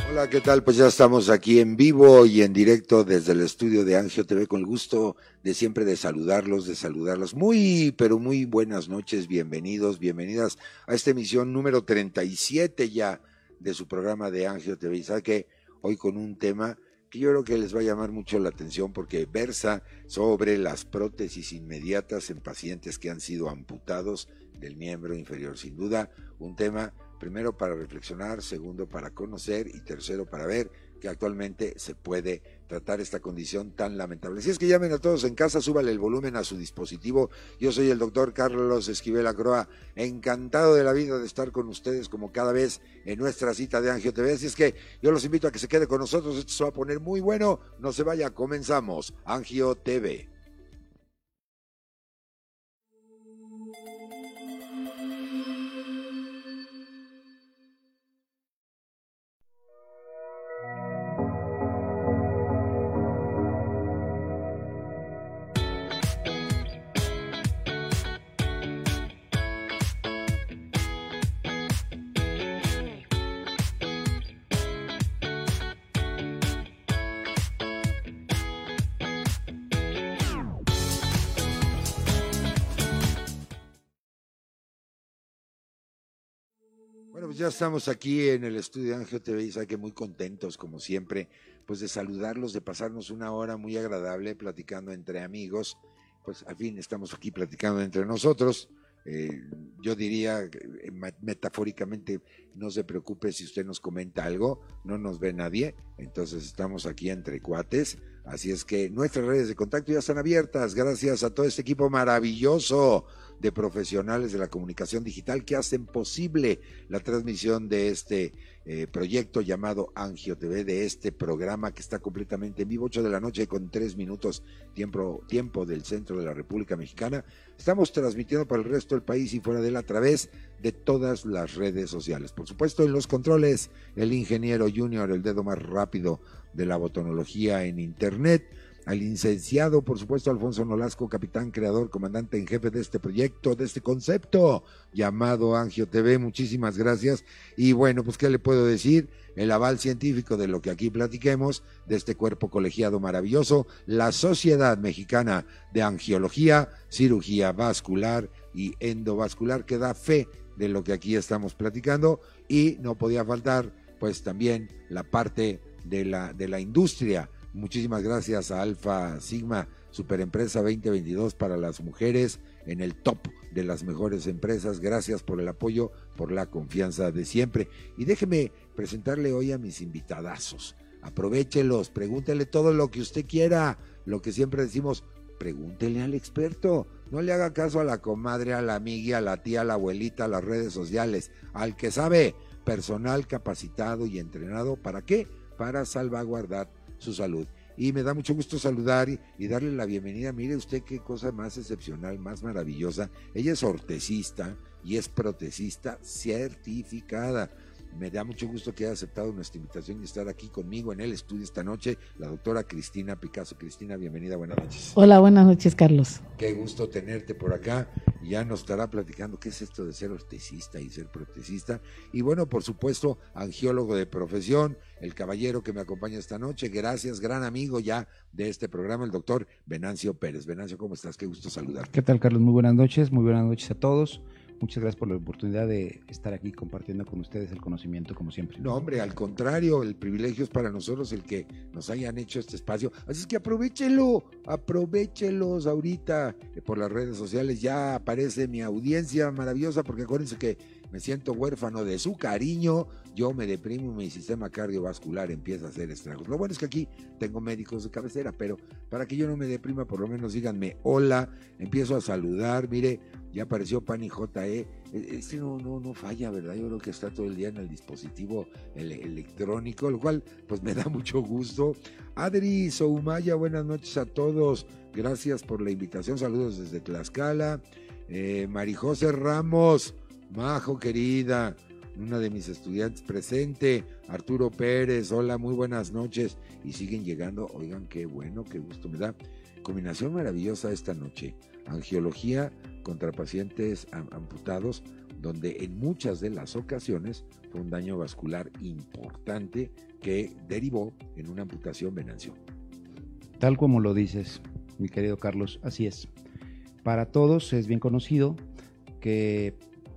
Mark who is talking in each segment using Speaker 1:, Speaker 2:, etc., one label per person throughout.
Speaker 1: Hola, ¿qué tal? Pues ya estamos aquí en vivo y en directo desde el estudio de Angio TV con el gusto de siempre de saludarlos. Muy, pero muy buenas noches, bienvenidos, bienvenidas a esta emisión número 37 ya de su programa de Angio TV. Y sabe que hoy con un tema que yo creo que les va a llamar mucho la atención porque versa sobre las prótesis inmediatas en pacientes que han sido amputados del miembro inferior. Sin duda, un tema primero para reflexionar, segundo para conocer y tercero para ver que actualmente se puede tratar esta condición tan lamentable. Si es que llamen a todos en casa, súbale el volumen a su dispositivo. Yo soy el doctor Carlos Esquivel Acroa, encantado de la vida de estar con ustedes como cada vez en nuestra cita de Angio TV. Así es que yo los invito a que se quede con nosotros, esto se va a poner muy bueno, no se vaya, comenzamos, Angio TV. Bueno, pues ya estamos aquí en el estudio de Angio TV y sabe que muy contentos, como siempre, pues de saludarlos, de pasarnos una hora muy agradable platicando entre amigos. Pues al fin estamos aquí platicando entre nosotros. Yo diría, metafóricamente, no se preocupe si usted nos comenta algo, no nos ve nadie, entonces estamos aquí entre cuates. Así es que nuestras redes de contacto ya están abiertas, gracias a todo este equipo maravilloso de profesionales de la comunicación digital que hacen posible la transmisión de este proyecto llamado Angio TV, de este programa que está completamente en vivo, 8 de la noche con 3 minutos, tiempo del centro de la República Mexicana. Estamos transmitiendo para el resto del país y fuera de él a través de todas las redes sociales. Por supuesto, en los controles, el ingeniero Junior, el dedo más rápido de la botonología en internet, al licenciado, por supuesto, Alfonso Nolasco, capitán, creador, comandante en jefe de este proyecto, de este concepto llamado Angio TV, muchísimas gracias. Y bueno, pues qué le puedo decir, el aval científico de lo que aquí platiquemos, de este cuerpo colegiado maravilloso, la Sociedad Mexicana de Angiología, Cirugía Vascular y Endovascular, que da fe de lo que aquí estamos platicando. Y no podía faltar pues también la parte de la industria. Muchísimas gracias a Alfa Sigma, Superempresa 2022 para las mujeres, en el top de las mejores empresas. Gracias por el apoyo, por la confianza de siempre. Y déjeme presentarle hoy a mis invitadazos. Aprovéchelos, pregúntele todo lo que usted quiera, lo que siempre decimos, pregúntele al experto. No le haga caso a la comadre, a la amiga, a la tía, a la abuelita, a las redes sociales, al que sabe. Personal capacitado y entrenado, ¿para qué? Para salvaguardar su salud. Y me da mucho gusto saludar y darle la bienvenida. Mire usted qué cosa más excepcional, más maravillosa. Ella es ortesista y es protesista certificada. Me da mucho gusto que haya aceptado nuestra invitación y estar aquí conmigo en el estudio esta noche, la doctora Cristina Picasso. Cristina, bienvenida, buenas noches.
Speaker 2: Hola, buenas noches, Carlos.
Speaker 1: Qué gusto tenerte por acá. Ya nos estará platicando qué es esto de ser ortesista y ser protesista. Y bueno, por supuesto, angiólogo de profesión, el caballero que me acompaña esta noche. Gracias, gran amigo ya de este programa, el doctor Venancio Pérez. Venancio, ¿cómo estás? Qué gusto saludarte.
Speaker 3: ¿Qué tal, Carlos? Muy buenas noches a todos. Muchas gracias por la oportunidad de estar aquí compartiendo con ustedes el conocimiento, como siempre.
Speaker 1: No, hombre, al contrario, el privilegio es para nosotros el que nos hayan hecho este espacio. Así es que aprovéchelos ahorita por las redes sociales. Ya aparece mi audiencia maravillosa, porque acuérdense que me siento huérfano de su cariño, yo me deprimo y mi sistema cardiovascular empieza a hacer estragos. Lo bueno es que aquí tengo médicos de cabecera, pero para que yo no me deprima, por lo menos díganme hola, empiezo a saludar. Mire, ya apareció Pani JE, este no falla, ¿verdad? Yo creo que está todo el día en el dispositivo electrónico, lo cual pues me da mucho gusto. Adri Soumaya, buenas noches a todos, gracias por la invitación, saludos desde Tlaxcala. Marijose Ramos, Majo querida, una de mis estudiantes presente, Arturo Pérez, hola, muy buenas noches, y siguen llegando, oigan, qué bueno, qué gusto me da, combinación maravillosa esta noche, angiología contra pacientes amputados, donde en muchas de las ocasiones fue un daño vascular importante que derivó en una amputación, Venancio.
Speaker 3: Tal como lo dices, mi querido Carlos, así es. Para todos es bien conocido que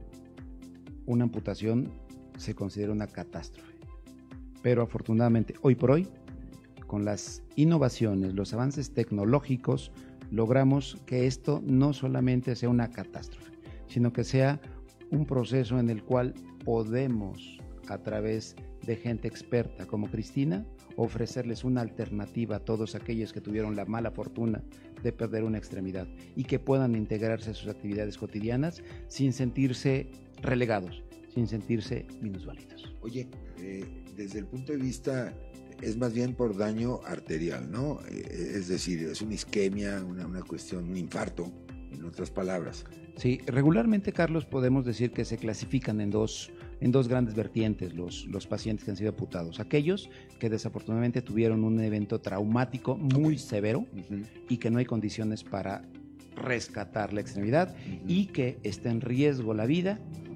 Speaker 3: una amputación se considera una catástrofe, pero afortunadamente hoy por hoy, con las innovaciones, los avances tecnológicos, logramos que esto no solamente sea una catástrofe, sino que sea un proceso en el cual podemos, a través de gente experta como Cristina, ofrecerles una alternativa a todos aquellos que tuvieron la mala fortuna de perder una extremidad y que puedan integrarse a sus actividades cotidianas sin sentirse relegados, sin sentirse minusválidos.
Speaker 1: Oye, desde el punto de vista, es más bien por daño arterial, ¿no? Es decir, es una isquemia, una cuestión, un infarto, en otras palabras.
Speaker 3: Sí, regularmente, Carlos, podemos decir que se clasifican en dos grandes vertientes los pacientes que han sido amputados. Aquellos que desafortunadamente tuvieron un evento traumático muy severo y que no hay condiciones para rescatar la extremidad y que está en riesgo la vida,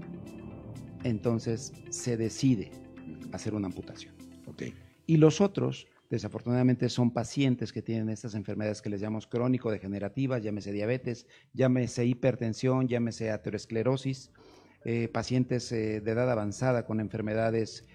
Speaker 3: entonces se decide hacer una amputación. Y los otros, desafortunadamente, son pacientes que tienen estas enfermedades que les llamamos crónico-degenerativas, llámese diabetes, llámese hipertensión, llámese aterosclerosis, pacientes de edad avanzada con enfermedades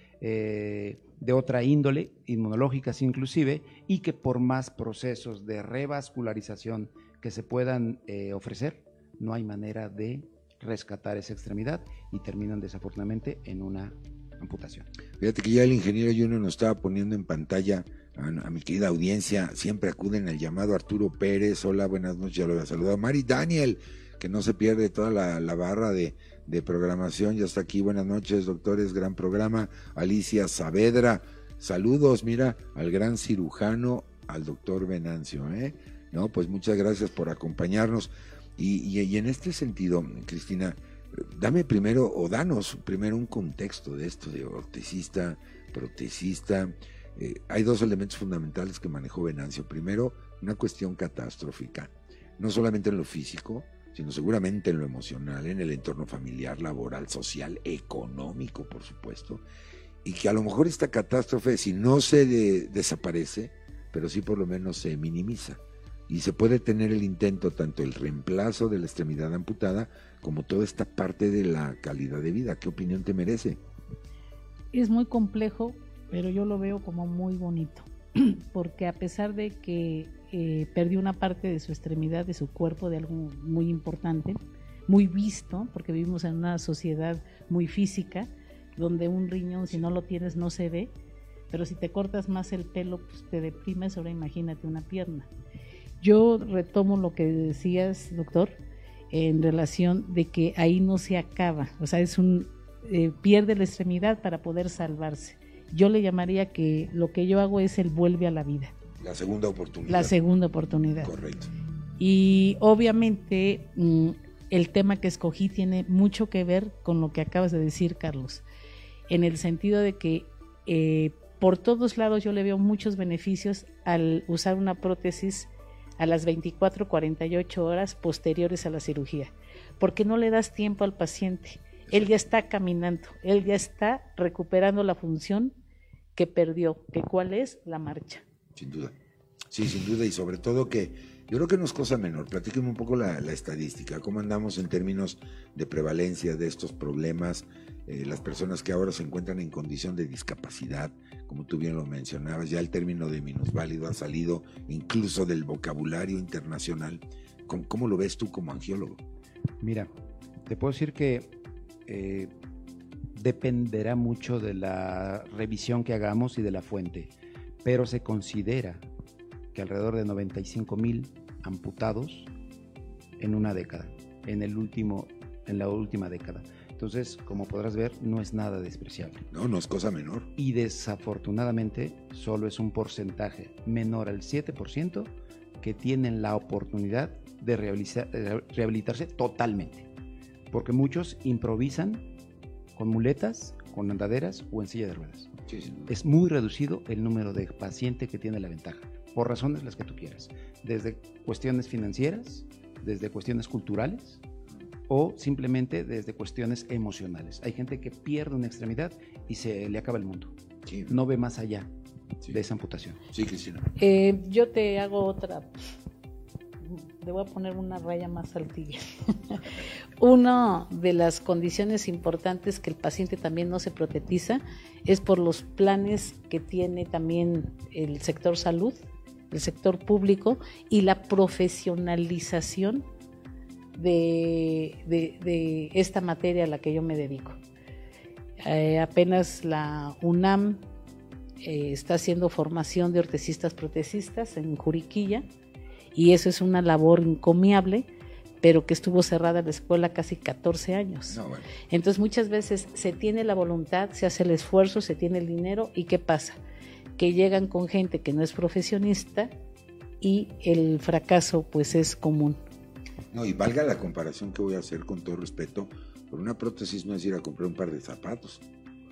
Speaker 3: de otra índole, inmunológicas inclusive, y que por más procesos de revascularización que se puedan ofrecer, no hay manera de rescatar esa extremidad y terminan desafortunadamente en una amputación.
Speaker 1: Fíjate que ya el ingeniero Junior nos estaba poniendo en pantalla a mi querida audiencia, siempre acuden al llamado Arturo Pérez. Hola, buenas noches, ya lo había saludado. Mari Daniel, que no se pierde toda la barra de programación, ya está aquí. Buenas noches, doctores, gran programa. Alicia Saavedra, saludos, mira, al gran cirujano, al doctor Venancio, No, pues muchas gracias por acompañarnos. Y en este sentido, Cristina, danos primero un contexto de esto de ortesista, protesista. Hay dos elementos fundamentales que manejó Venancio. Primero, una cuestión catastrófica, no solamente en lo físico, sino seguramente en lo emocional, en el entorno familiar, laboral, social, económico, por supuesto, y que a lo mejor esta catástrofe, si no se desaparece, pero sí por lo menos se minimiza. Y se puede tener el intento, tanto el reemplazo de la extremidad amputada, como toda esta parte de la calidad de vida. ¿Qué opinión te merece?
Speaker 2: Es muy complejo, pero yo lo veo como muy bonito, porque a pesar de que perdió una parte de su extremidad, de su cuerpo, de algo muy importante, muy visto, porque vivimos en una sociedad muy física, donde un riñón, si no lo tienes, no se ve, pero si te cortas más el pelo, pues te deprimes. Ahora imagínate una pierna. Yo retomo lo que decías, doctor, en relación de que ahí no se acaba, o sea, pierde la extremidad para poder salvarse. Yo le llamaría que lo que yo hago es el vuelve a la vida.
Speaker 1: La segunda oportunidad.
Speaker 2: La segunda oportunidad.
Speaker 1: Correcto.
Speaker 2: Y obviamente el tema que escogí tiene mucho que ver con lo que acabas de decir, Carlos, en el sentido de que por todos lados yo le veo muchos beneficios al usar una prótesis a las 24, 48 horas posteriores a la cirugía, porque no le das tiempo al paciente. Él ya está caminando, él ya está recuperando la función que perdió, que cuál es la marcha.
Speaker 1: Sin duda, sí, sin duda, y sobre todo que yo creo que no es cosa menor. Platíqueme un poco la estadística, cómo andamos en términos de prevalencia de estos problemas, las personas que ahora se encuentran en condición de discapacidad, como tú bien lo mencionabas, ya el término de minusválido ha salido incluso del vocabulario internacional. ¿Cómo lo ves tú como angiólogo?
Speaker 3: Mira, te puedo decir que dependerá mucho de la revisión que hagamos y de la fuente, pero se considera que alrededor de 95,000 amputados en una década, en la última década. Entonces, como podrás ver, no es nada despreciable.
Speaker 1: No es cosa menor.
Speaker 3: Y desafortunadamente, solo es un porcentaje menor al 7% que tienen la oportunidad de rehabilitarse totalmente. Porque muchos improvisan con muletas, con andaderas o en silla de ruedas.
Speaker 1: Sí.
Speaker 3: Es muy reducido el número de pacientes que tiene la ventaja, por razones las que tú quieras. Desde cuestiones financieras, desde cuestiones culturales, o simplemente desde cuestiones emocionales. Hay gente que pierde una extremidad y se le acaba el mundo.
Speaker 1: Sí.
Speaker 3: No ve más allá
Speaker 1: Sí.
Speaker 3: de esa amputación.
Speaker 1: Sí, Cristina.
Speaker 2: Yo te hago otra, le voy a poner una raya más al tigre. Una de las condiciones importantes que el paciente también no se protetiza es por los planes que tiene también el sector salud, el sector público y la profesionalización de esta materia a la que yo me dedico. Apenas la UNAM está haciendo formación de ortesistas protecistas en Juriquilla, y eso es una labor encomiable, pero que estuvo cerrada la escuela casi 14 años.
Speaker 1: No, bueno.
Speaker 2: Entonces muchas veces se tiene la voluntad, se hace el esfuerzo, se tiene el dinero, ¿y qué pasa? Que llegan con gente que no es profesionista y el fracaso pues es común.
Speaker 1: No, y valga la comparación que voy a hacer con todo respeto, por una prótesis no es ir a comprar un par de zapatos.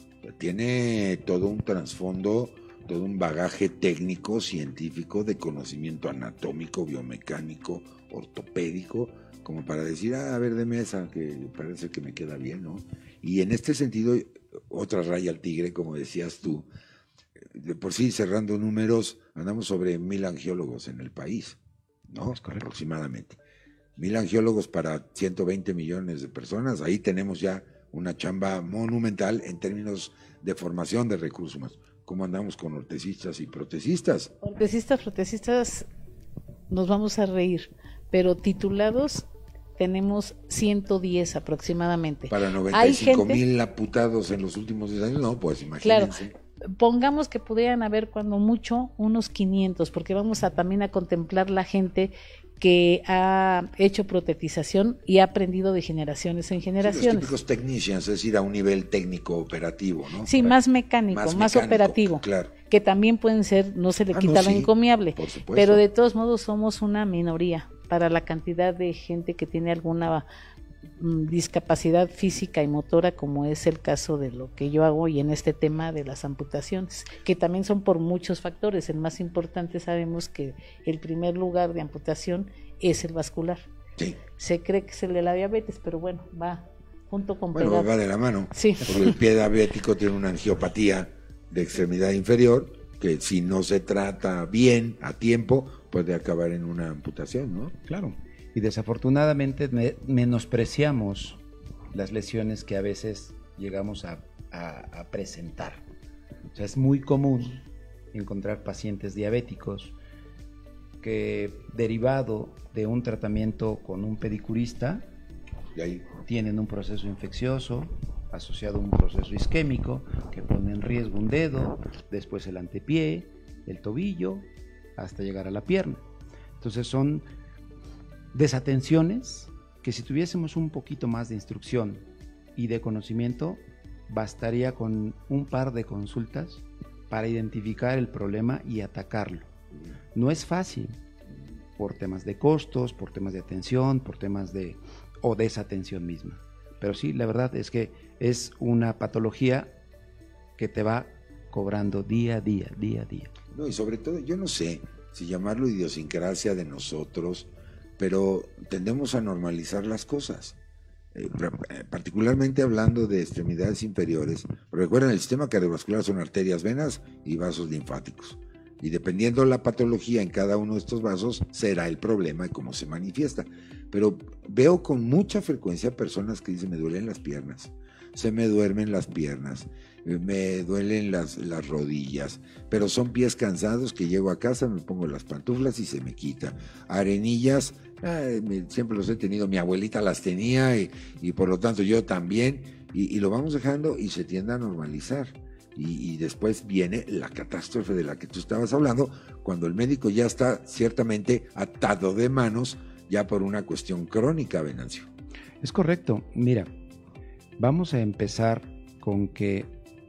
Speaker 1: Tiene todo un trasfondo, todo un bagaje técnico, científico, de conocimiento anatómico, biomecánico, ortopédico, como para decir, a ver, deme esa, que parece que me queda bien, ¿no? Y en este sentido, otra raya al tigre, como decías tú, de por sí, cerrando números, andamos sobre 1,000 angiólogos en el país, ¿no?
Speaker 3: Es correcto.
Speaker 1: Aproximadamente. 1,000 angiólogos para 120 millones de personas, ahí tenemos ya una chamba monumental en términos de formación de recursos humanos. ¿Cómo andamos con ortesistas y protecistas?
Speaker 2: Ortesistas, protecistas, nos vamos a reír, pero titulados tenemos 110 aproximadamente.
Speaker 1: Para
Speaker 2: Hay
Speaker 1: 95,000 amputados en los últimos 10 años, no, pues imagínense.
Speaker 2: Claro, pongamos que pudieran haber cuando mucho unos 500, porque vamos a también a contemplar la gente que ha hecho protetización y ha aprendido de generaciones en
Speaker 1: Sí,
Speaker 2: generaciones.
Speaker 1: los típicos technicians, es decir, a un nivel técnico operativo, ¿no?
Speaker 2: Sí, más mecánico, más operativo,
Speaker 1: claro.
Speaker 2: que también pueden ser, no se le quita
Speaker 1: no,
Speaker 2: lo
Speaker 1: sí,
Speaker 2: encomiable,
Speaker 1: por supuesto.
Speaker 2: pero de todos modos somos una minoría para la cantidad de gente que tiene alguna discapacidad física y motora, como es el caso de lo que yo hago y en este tema de las amputaciones, que también son por muchos factores. El más importante, sabemos que el primer lugar de amputación es el vascular.
Speaker 1: Sí.
Speaker 2: Se cree que es el de la diabetes, pero bueno, va junto con
Speaker 1: Bueno,
Speaker 2: pegado.
Speaker 1: va de la mano.
Speaker 2: Sí.
Speaker 1: Porque el pie diabético tiene una angiopatía de extremidad inferior que si no se trata bien, a tiempo, puede acabar en una amputación, ¿no?
Speaker 3: Claro. Y desafortunadamente menospreciamos las lesiones que a veces llegamos a presentar. O sea, es muy común encontrar pacientes diabéticos que, derivado de un tratamiento con un pedicurista,
Speaker 1: Y ahí,
Speaker 3: tienen un proceso infeccioso asociado a un proceso isquémico que pone en riesgo un dedo, después el antepié, el tobillo, hasta llegar a la pierna. Entonces son desatenciones que, si tuviésemos un poquito más de instrucción y de conocimiento, bastaría con un par de consultas para identificar el problema y atacarlo. No es fácil, por temas de costos, por temas de atención, por temas de o desatención misma. Pero sí, la verdad es que es una patología que te va cobrando día a día, día a día.
Speaker 1: no, y sobre todo, yo no sé si llamarlo idiosincrasia de nosotros, pero tendemos a normalizar las cosas. Particularmente hablando de extremidades inferiores. Recuerden, el sistema cardiovascular son arterias, venas y vasos linfáticos. Y dependiendo la patología en cada uno de estos vasos, será el problema y cómo se manifiesta. Pero veo con mucha frecuencia personas que dicen, me duelen las piernas, se me duermen las piernas, me duelen las rodillas, pero son pies cansados que llego a casa, me pongo las pantuflas y se me quita. Arenillas, siempre los he tenido, mi abuelita las tenía y por lo tanto yo también, y lo vamos dejando y se tiende a normalizar. Y después viene la catástrofe de la que tú estabas hablando, cuando el médico ya está ciertamente atado de manos ya por una cuestión crónica, Venancio.
Speaker 3: Es correcto. Mira, vamos a empezar con que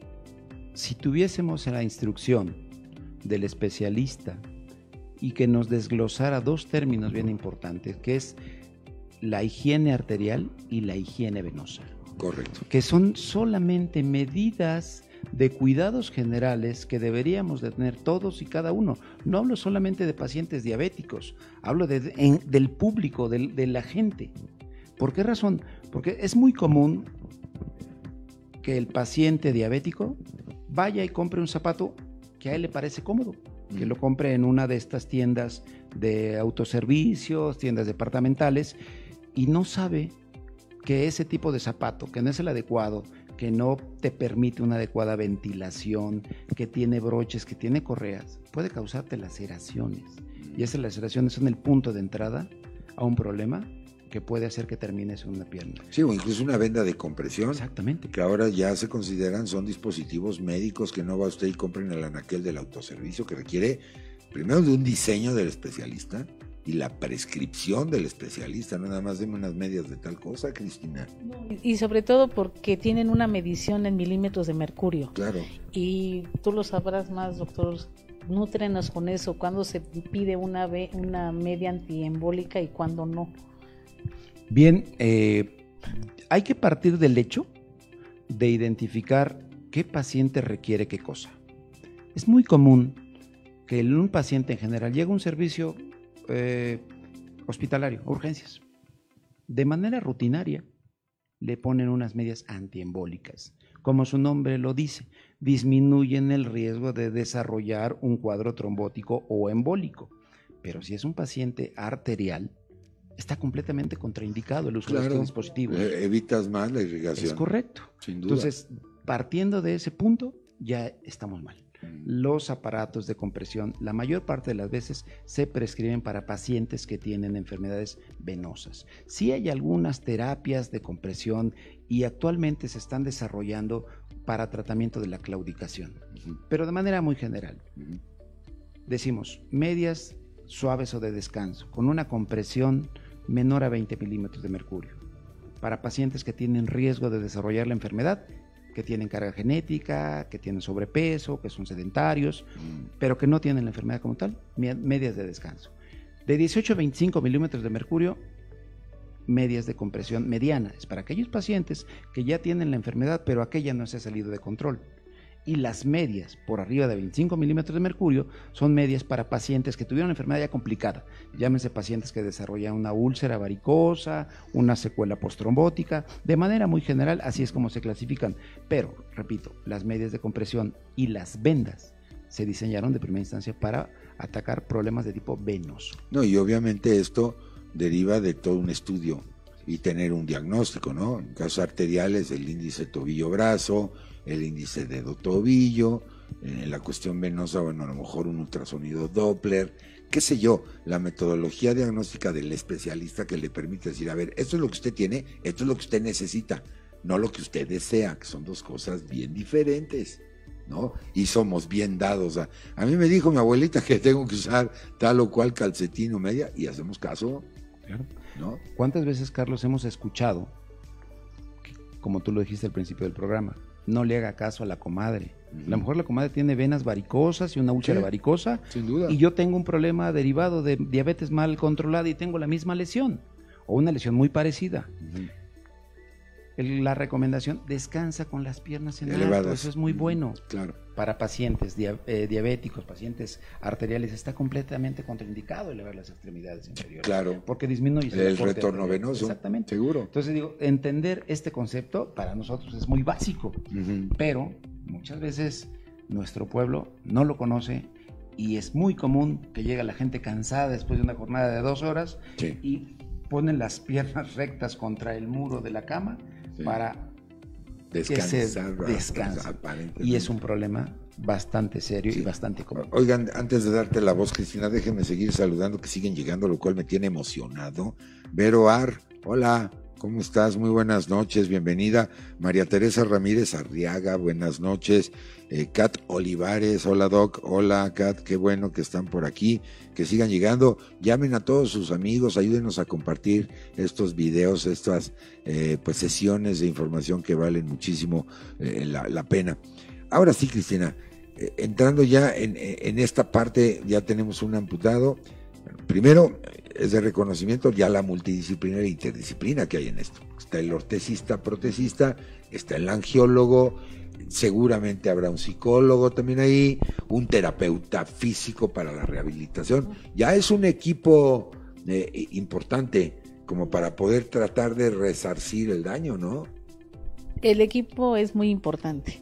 Speaker 3: si tuviésemos la instrucción del especialista y que nos desglosara dos términos bien importantes, que es la higiene arterial y la higiene venosa.
Speaker 1: Correcto.
Speaker 3: Que son solamente medidas de cuidados generales que deberíamos de tener todos y cada uno. No hablo solamente de pacientes diabéticos, hablo del público, de la gente. ¿Por qué razón? Porque es muy común que el paciente diabético vaya y compre un zapato que a él le parece cómodo, que lo compre en una de estas tiendas de autoservicios, tiendas departamentales, y no sabe que ese tipo de zapato, que no es el adecuado, que no te permite una adecuada ventilación, que tiene broches, que tiene correas, puede causarte laceraciones. Y esas laceraciones son el punto de entrada a un problema que puede hacer que termines en una pierna.
Speaker 1: Sí, o incluso una venda de compresión.
Speaker 3: Exactamente.
Speaker 1: Que ahora ya se consideran, son dispositivos médicos que no va usted y compre en el anaquel del autoservicio, que requiere primero de un diseño del especialista y la prescripción del especialista, no nada más deme unas medias de tal cosa, Cristina.
Speaker 2: Y sobre todo porque tienen una medición en milímetros de mercurio.
Speaker 1: Claro.
Speaker 2: Y tú lo sabrás más, doctor, nútrenos con eso, cuándo se pide una media antiembólica y cuándo no.
Speaker 3: Bien, hay que partir del hecho de identificar qué paciente requiere qué cosa. Es muy común que un paciente en general llegue a un servicio hospitalario, urgencias. De manera rutinaria le ponen unas medias antiembólicas. Como su nombre lo dice, disminuyen el riesgo de desarrollar un cuadro trombótico o embólico. Pero si es un paciente arterial, está completamente contraindicado el uso de estos dispositivos.
Speaker 1: Evitas más la irrigación.
Speaker 3: Es correcto.
Speaker 1: Sin duda.
Speaker 3: Entonces, partiendo de ese punto, ya estamos mal. Los aparatos de compresión, la mayor parte de las veces se prescriben para pacientes que tienen enfermedades venosas. Sí hay algunas terapias de compresión y actualmente se están desarrollando para tratamiento de la claudicación, pero de manera muy general. Decimos medias suaves o de descanso, con una compresión menor a 20 milímetros de mercurio, para pacientes que tienen riesgo de desarrollar la enfermedad, que tienen carga genética, que tienen sobrepeso, que son sedentarios, pero que no tienen la enfermedad como tal, medias de descanso. De 18 a 25 milímetros de mercurio, medias de compresión mediana. Es para aquellos pacientes que ya tienen la enfermedad, pero aquella no se ha salido de control. Y las medias por arriba de 25 milímetros de mercurio son medias para pacientes que tuvieron una enfermedad ya complicada. Llámense pacientes que desarrollan una úlcera varicosa, una secuela postrombótica. De manera muy general, así es como se clasifican. Pero, repito, las medias de compresión y las vendas se diseñaron de primera instancia para atacar problemas de tipo venoso.
Speaker 1: No, y obviamente esto deriva de todo un estudio y tener un diagnóstico, ¿no? En casos arteriales, el índice tobillo-brazo, el índice dedo-tobillo, en la cuestión venosa, bueno, a lo mejor un ultrasonido Doppler, qué sé yo, la metodología diagnóstica del especialista que le permite decir, a ver, esto es lo que usted tiene, esto es lo que usted necesita, no lo que usted desea, que son dos cosas bien diferentes, ¿no? Y somos bien dados a mí me dijo mi abuelita que tengo que usar tal o cual calcetín o media, y hacemos caso,
Speaker 3: Claro.
Speaker 1: ¿no?
Speaker 3: ¿Cuántas veces, Carlos, hemos escuchado, que, como tú lo dijiste al principio del programa, no le haga caso a la comadre? A lo mejor la comadre tiene venas varicosas y una úlcera varicosa,
Speaker 1: sin duda.
Speaker 3: Y yo tengo un problema derivado de diabetes mal controlada y tengo la misma lesión, o una lesión muy parecida. La recomendación, descansa con las piernas en alto, eso es muy bueno.
Speaker 1: Claro.
Speaker 3: Para pacientes diabéticos, pacientes arteriales, está completamente contraindicado elevar las extremidades inferiores.
Speaker 1: Claro.
Speaker 3: Porque disminuye
Speaker 1: el retorno venoso.
Speaker 3: Exactamente.
Speaker 1: Seguro.
Speaker 3: Entonces digo, entender este concepto para nosotros es muy básico, pero muchas veces nuestro pueblo no lo conoce y es muy común que llega la gente cansada después de una jornada de 2 horas y ponen las piernas rectas contra el muro de la cama para
Speaker 1: descansar.
Speaker 3: Y es un problema bastante serio y bastante común.
Speaker 1: Oigan, antes de darte la voz, Cristina, déjenme seguir saludando, que siguen llegando, lo cual me tiene emocionado. Vero Ar, hola, ¿cómo estás? Muy buenas noches, bienvenida. María Teresa Ramírez Arriaga, buenas noches. Kat Olivares, hola Doc, hola Kat, qué bueno que están por aquí, que sigan llegando. Llamen a todos sus amigos, ayúdenos a compartir estos videos, estas pues sesiones de información que valen muchísimo la pena. Ahora sí, Cristina, entrando ya en esta parte, ya tenemos un amputado. Primero, es de reconocimiento ya la multidisciplina e interdisciplina que hay en esto. Está el ortesista, protesista, está el angiólogo, seguramente habrá un psicólogo también ahí, un terapeuta físico para la rehabilitación. Ya es un equipo importante como para poder tratar de resarcir el daño, ¿no?
Speaker 2: El equipo es muy importante.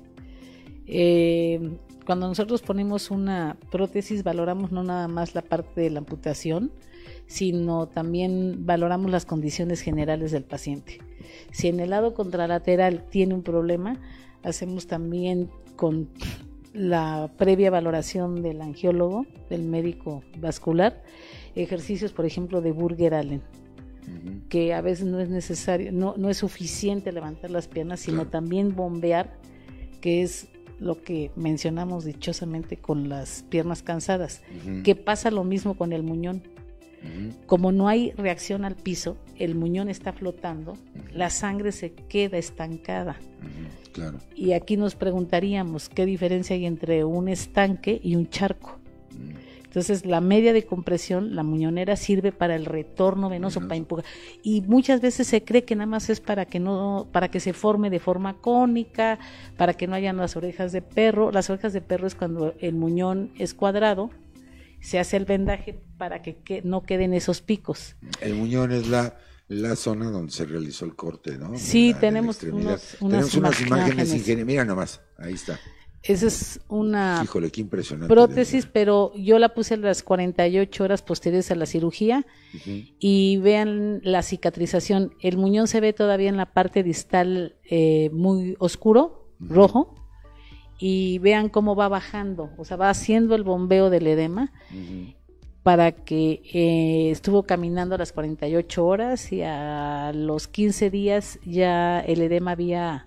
Speaker 2: Cuando nosotros ponemos una prótesis, valoramos no nada más la parte de la amputación, sino también valoramos las condiciones generales del paciente. Si en el lado contralateral tiene un problema, hacemos también con la previa valoración del angiólogo, del médico vascular, ejercicios, por ejemplo, de Burger-Allen, que a veces no es necesario, no es suficiente levantar las piernas, sino también bombear, que es lo que mencionamos dichosamente con las piernas cansadas, que pasa lo mismo con el muñón. Como no hay reacción al piso, el muñón está flotando, la sangre se queda estancada.
Speaker 1: Claro.
Speaker 2: Y aquí nos preguntaríamos qué diferencia hay entre un estanque y un charco. Entonces, la media de compresión, la muñonera sirve para el retorno venoso, para empujar. Y muchas veces se cree que nada más es para que se forme de forma cónica, para que no hayan las orejas de perro. Las orejas de perro es cuando el muñón es cuadrado, se hace el vendaje para que no queden esos picos.
Speaker 1: El muñón es la zona donde se realizó el corte, ¿no?
Speaker 2: Sí, tenemos
Speaker 1: unas imágenes ingeniosas. Mira nomás, ahí está.
Speaker 2: Esa es una
Speaker 1: Híjole, qué impresionante
Speaker 2: prótesis, pero yo la puse a las 48 horas posteriores a la cirugía y vean la cicatrización. El muñón se ve todavía en la parte distal muy oscuro, rojo, y vean cómo va bajando, o sea, va haciendo el bombeo del edema para que estuvo caminando a las 48 horas y a los 15 días ya el edema había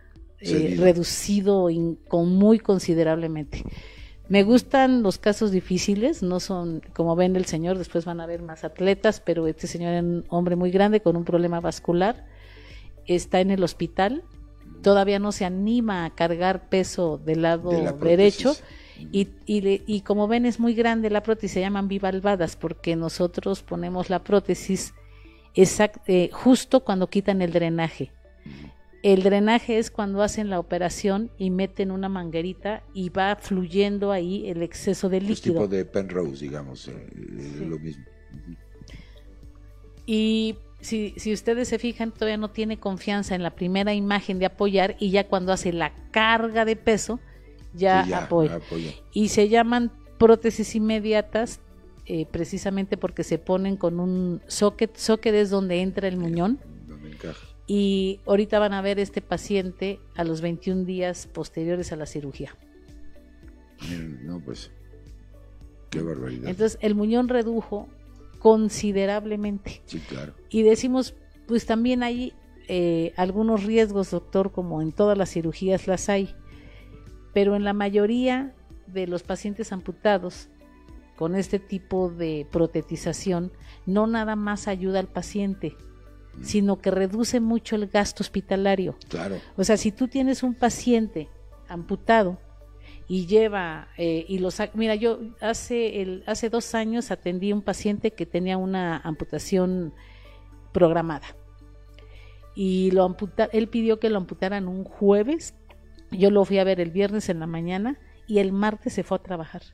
Speaker 2: reducido muy considerablemente. Me gustan los casos difíciles, no son, como ven el señor, después van a ver más atletas, pero este señor es un hombre muy grande con un problema vascular, está en el hospital, todavía no se anima a cargar peso del lado derecho y como ven es muy grande la prótesis, se llaman bivalvadas porque nosotros ponemos la prótesis justo cuando quitan el drenaje. El drenaje es cuando hacen la operación y meten una manguerita y va fluyendo ahí el exceso de líquido.
Speaker 1: Es tipo de Penrose, digamos, lo mismo.
Speaker 2: Y si ustedes se fijan, todavía no tiene confianza en la primera imagen de apoyar y ya cuando hace la carga de peso, ya apoya. Y se llaman prótesis inmediatas precisamente porque se ponen con un socket es donde entra el muñón.
Speaker 1: Donde encaja.
Speaker 2: Y ahorita van a ver este paciente a los 21 días posteriores a la cirugía.
Speaker 1: No, pues, qué barbaridad.
Speaker 2: Entonces, el muñón redujo considerablemente.
Speaker 1: Sí, claro.
Speaker 2: Y decimos, pues también hay algunos riesgos, doctor, como en todas las cirugías las hay, pero en la mayoría de los pacientes amputados con este tipo de protetización, no nada más ayuda al paciente, sino que reduce mucho el gasto hospitalario.
Speaker 1: Claro.
Speaker 2: O sea, si tú tienes un paciente amputado y lleva mira, yo hace 2 años atendí a un paciente que tenía una amputación programada y él pidió que lo amputaran un jueves, yo lo fui a ver el viernes en la mañana y el martes se fue a trabajar.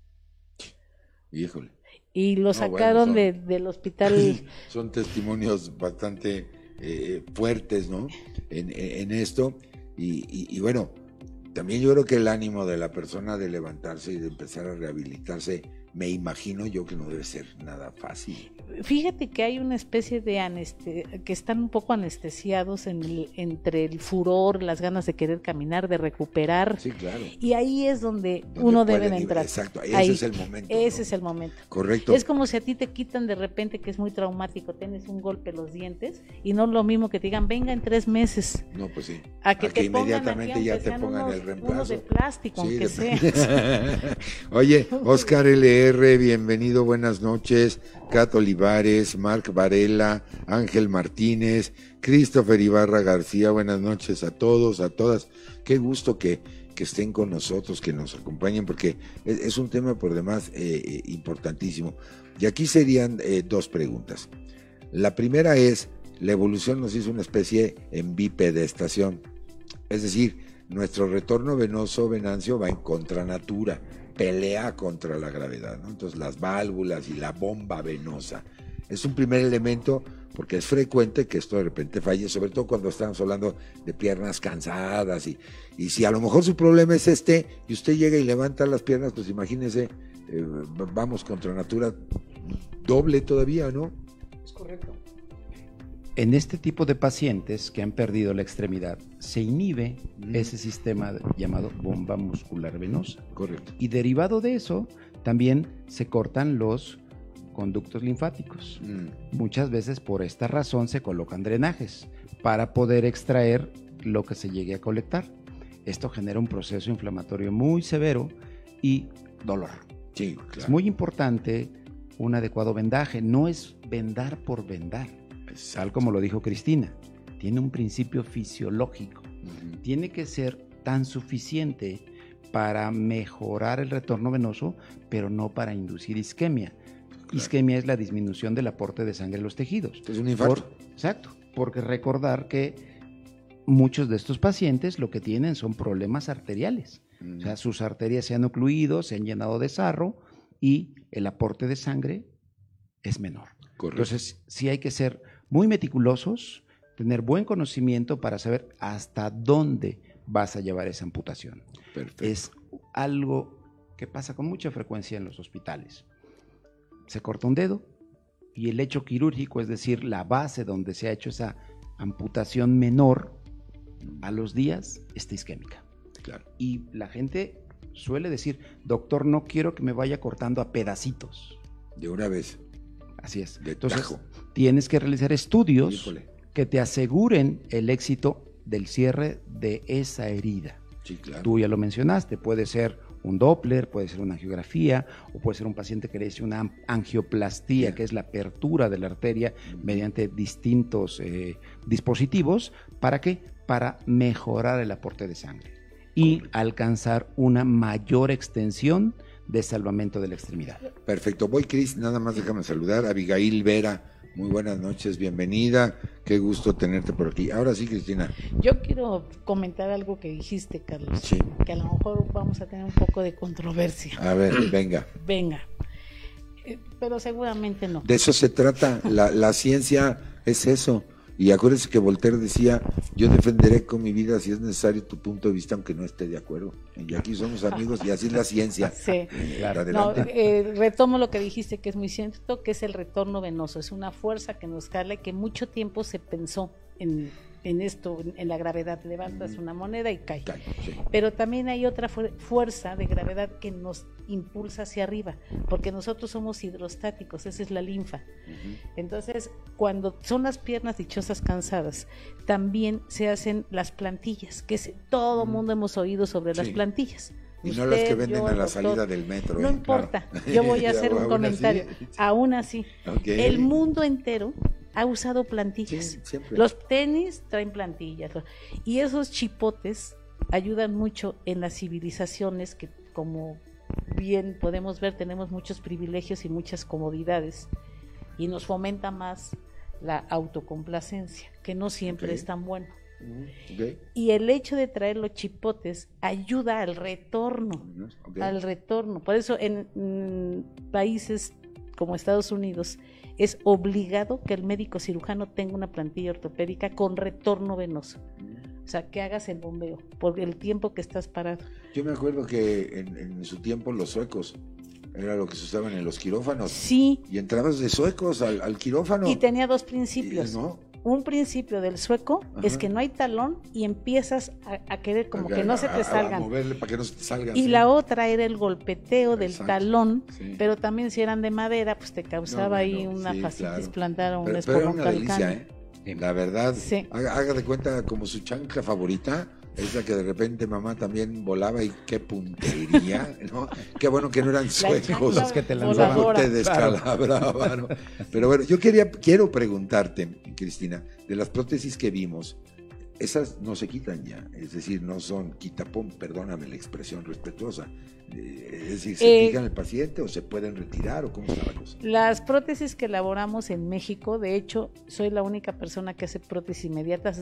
Speaker 1: Híjole.
Speaker 2: Y lo sacaron del hospital.
Speaker 1: Son testimonios bastante fuertes, ¿no? En esto. Y bueno, también yo creo que el ánimo de la persona de levantarse y de empezar a rehabilitarse, me imagino yo que no debe ser nada fácil.
Speaker 2: Fíjate que hay una especie de que están un poco anestesiados entre el furor, las ganas de querer caminar, de recuperar.
Speaker 1: Sí, claro.
Speaker 2: Y ahí es donde uno debe de entrar.
Speaker 1: Exacto, ese es el momento.
Speaker 2: Ese es el momento.
Speaker 1: Correcto.
Speaker 2: Es como si a ti te quitan de repente, que es muy traumático, tienes un golpe en los dientes y no es lo mismo que te digan, venga en 3 meses.
Speaker 1: No, pues sí.
Speaker 2: A que te
Speaker 1: inmediatamente
Speaker 2: pongan aquí,
Speaker 1: ya te pongan el reemplazo.
Speaker 2: Unos de plástico, sí, aunque sea.
Speaker 1: Oye, Oscar LR, bienvenido, buenas noches. Cat Olivares, Marc Varela, Ángel Martínez, Christopher Ibarra García, buenas noches a todos, a todas. Qué gusto que estén con nosotros, que nos acompañen, porque es un tema por demás importantísimo. Y aquí serían 2 preguntas. La primera es, la evolución nos hizo una especie en bipedestación, es decir, nuestro retorno venoso venancio va en contranatura, pelea contra la gravedad, ¿no? Entonces las válvulas y la bomba venosa Es un primer elemento porque es frecuente que esto de repente falle, sobre todo cuando estamos hablando de piernas cansadas y si a lo mejor su problema es y usted llega y levanta las piernas, pues imagínese, vamos contra natura doble todavía, ¿no?
Speaker 2: Es correcto.
Speaker 3: En este tipo de pacientes que han perdido la extremidad, se inhibe ese sistema llamado bomba muscular venosa.
Speaker 1: Correcto.
Speaker 3: Y derivado de eso, también se cortan los conductos linfáticos. Muchas veces por esta razón se colocan drenajes para poder extraer lo que se llegue a colectar. Esto genera un proceso inflamatorio muy severo y dolor.
Speaker 1: Sí, claro.
Speaker 3: Es muy importante un adecuado vendaje, no es vendar por vendar. Tal como lo dijo Cristina, tiene un principio fisiológico. Tiene que ser tan suficiente para mejorar el retorno venoso, pero no para inducir isquemia. Claro. Isquemia es la disminución del aporte de sangre a los tejidos.
Speaker 1: Es un infarto.
Speaker 3: Exacto, porque recordar que muchos de estos pacientes lo que tienen son problemas arteriales. O sea, sus arterias se han ocluido, se han llenado de sarro y el aporte de sangre es menor. Correcto. Entonces, sí hay que ser muy meticulosos, tener buen conocimiento para saber hasta dónde vas a llevar esa amputación.
Speaker 1: Perfecto.
Speaker 3: Es algo que pasa con mucha frecuencia en los hospitales. Se corta un dedo y el hecho quirúrgico, es decir, la base donde se ha hecho esa amputación menor, a los días está isquémica.
Speaker 1: Claro.
Speaker 3: Y la gente suele decir, doctor, no quiero que me vaya cortando a pedacitos.
Speaker 1: De una vez.
Speaker 3: Así es.
Speaker 1: De
Speaker 3: Entonces,
Speaker 1: tajo.
Speaker 3: Tienes que realizar estudios
Speaker 1: Híjole.
Speaker 3: que te aseguren el éxito del cierre de esa herida.
Speaker 1: Sí, claro.
Speaker 3: Tú ya lo mencionaste, puede ser un Doppler, puede ser una angiografía, o puede ser un paciente que le hizo una angioplastía, que es la apertura de la arteria mediante distintos dispositivos. ¿Para qué? Para mejorar el aporte de sangre y alcanzar una mayor extensión de salvamento de la extremidad.
Speaker 1: Perfecto. Voy, Cris, nada más déjame saludar. Abigail Vera, muy buenas noches, bienvenida. Qué gusto tenerte por aquí. Ahora sí, Cristina.
Speaker 2: Yo quiero comentar algo que dijiste, Carlos,
Speaker 1: Sí.
Speaker 2: que a lo mejor vamos a tener un poco de controversia.
Speaker 1: A ver, venga.
Speaker 2: Venga. Pero seguramente no.
Speaker 1: De eso se trata. La ciencia es eso. Y acuérdense que Voltaire decía, yo defenderé con mi vida si es necesario tu punto de vista, aunque no esté de acuerdo. Y aquí somos amigos y así es la ciencia.
Speaker 2: Sí.
Speaker 1: Claro,
Speaker 2: No,
Speaker 1: adelante.
Speaker 2: retomo lo que dijiste, que es muy cierto, que es el retorno venoso. Es una fuerza que nos jala y que mucho tiempo se pensó en esto, en la gravedad. Levantas una moneda y cae.
Speaker 1: Sí.
Speaker 2: Pero también hay otra fuerza de gravedad que nos impulsa hacia arriba, porque nosotros somos hidrostáticos, esa es la linfa. Entonces, cuando son las piernas dichosas cansadas, también se hacen las plantillas, que todo mundo hemos oído sobre las plantillas.
Speaker 1: Y no las que venden
Speaker 2: yo,
Speaker 1: a la
Speaker 2: doctor,
Speaker 1: salida del metro.
Speaker 2: No importa, yo voy a hacer un comentario. Aún así,
Speaker 1: Okay.
Speaker 2: el mundo entero ha usado plantillas.
Speaker 1: Sí, siempre.
Speaker 2: Los tenis traen plantillas. Y esos chipotes ayudan mucho en las civilizaciones que, como bien podemos ver, tenemos muchos privilegios y muchas comodidades. Y nos fomenta más la autocomplacencia, que no siempre es tan bueno.
Speaker 1: Okay.
Speaker 2: Y el hecho de traer los chipotes ayuda al retorno, al retorno. Por eso en países como Estados Unidos es obligado que el médico cirujano tenga una plantilla ortopédica con retorno venoso. O sea, que hagas el bombeo por el tiempo que estás parado.
Speaker 1: Yo me acuerdo que en su tiempo los suecos era lo que se usaban en los quirófanos.
Speaker 2: Sí.
Speaker 1: Y entrabas de suecos al quirófano.
Speaker 2: Y tenía dos principios.
Speaker 1: ¿No?
Speaker 2: Un principio del sueco es que no hay talón y empiezas a querer como que no se te salgan.
Speaker 1: A moverle para que no se te salgan.
Speaker 2: Y
Speaker 1: sí.
Speaker 2: la otra era el golpeteo del talón,
Speaker 1: sí.
Speaker 2: Pero también si eran de madera, pues te causaba ahí una fascitis plantar o un
Speaker 1: pero era
Speaker 2: espolón
Speaker 1: una delicia,
Speaker 2: calcáneo.
Speaker 1: La verdad,
Speaker 2: Sí.
Speaker 1: haga de cuenta como su chancla favorita, esa que de repente mamá también volaba y qué puntería, ¿no? Qué bueno que no eran suecos
Speaker 2: chancla
Speaker 3: que te
Speaker 2: voladora.
Speaker 1: como te descalabraba, ¿no? Pero bueno, yo quiero preguntarte, Cristina, de las prótesis que vimos, esas no se quitan ya, es decir, no son quitapón, perdóname la expresión respetuosa, es decir, ¿se fijan el paciente o se pueden retirar o cómo está la cosa?
Speaker 2: Las prótesis que elaboramos en México, de hecho, soy la única persona que hace prótesis inmediatas,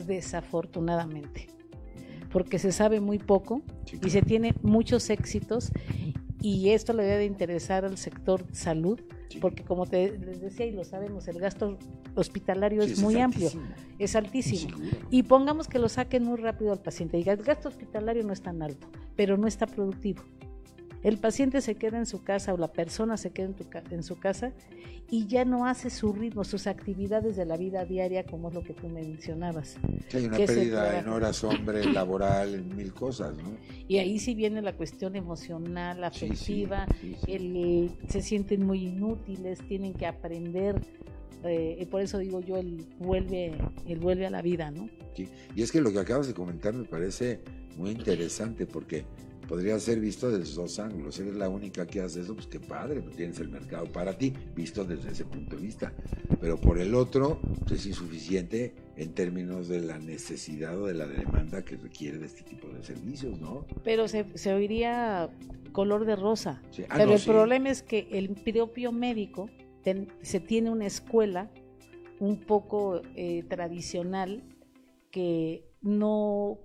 Speaker 2: desafortunadamente, porque se sabe muy poco y se tiene muchos éxitos y esto le debe de interesar al sector salud,
Speaker 1: Sí.
Speaker 2: porque como les decía y lo sabemos, el gasto hospitalario
Speaker 1: Sí,
Speaker 2: es muy amplio,
Speaker 1: altísimo.
Speaker 2: es altísimo.
Speaker 1: Seguro.
Speaker 2: Y pongamos que lo saquen muy rápido al paciente. Diga, el gasto hospitalario no es tan alto, pero no está productivo. El paciente se queda en su casa o la persona se queda en su casa y ya no hace su ritmo, sus actividades de la vida diaria, como es lo que tú mencionabas.
Speaker 1: Sí, hay una
Speaker 2: que es el
Speaker 1: pérdida
Speaker 2: trabajo.
Speaker 1: en horas hombre, laboral, en mil cosas, ¿no?
Speaker 2: Y ahí sí viene la cuestión emocional, afectiva,
Speaker 1: Sí, sí.
Speaker 2: se sienten muy inútiles, tienen que aprender, y por eso digo yo, el vuelve a la vida, ¿no?
Speaker 1: Sí. Y es que lo que acabas de comentar me parece muy interesante porque podría ser visto desde dos ángulos. Eres la única que hace eso, pues qué padre, pues tienes el mercado para ti, visto desde ese punto de vista. Pero por el otro, pues es insuficiente en términos de la necesidad o de la demanda que requiere de este tipo de servicios, ¿no?
Speaker 2: Pero se oiría color de rosa.
Speaker 1: Sí.
Speaker 2: Pero
Speaker 1: No,
Speaker 2: el
Speaker 1: sí.
Speaker 2: problema es que el propio médico se tiene una escuela un poco tradicional que no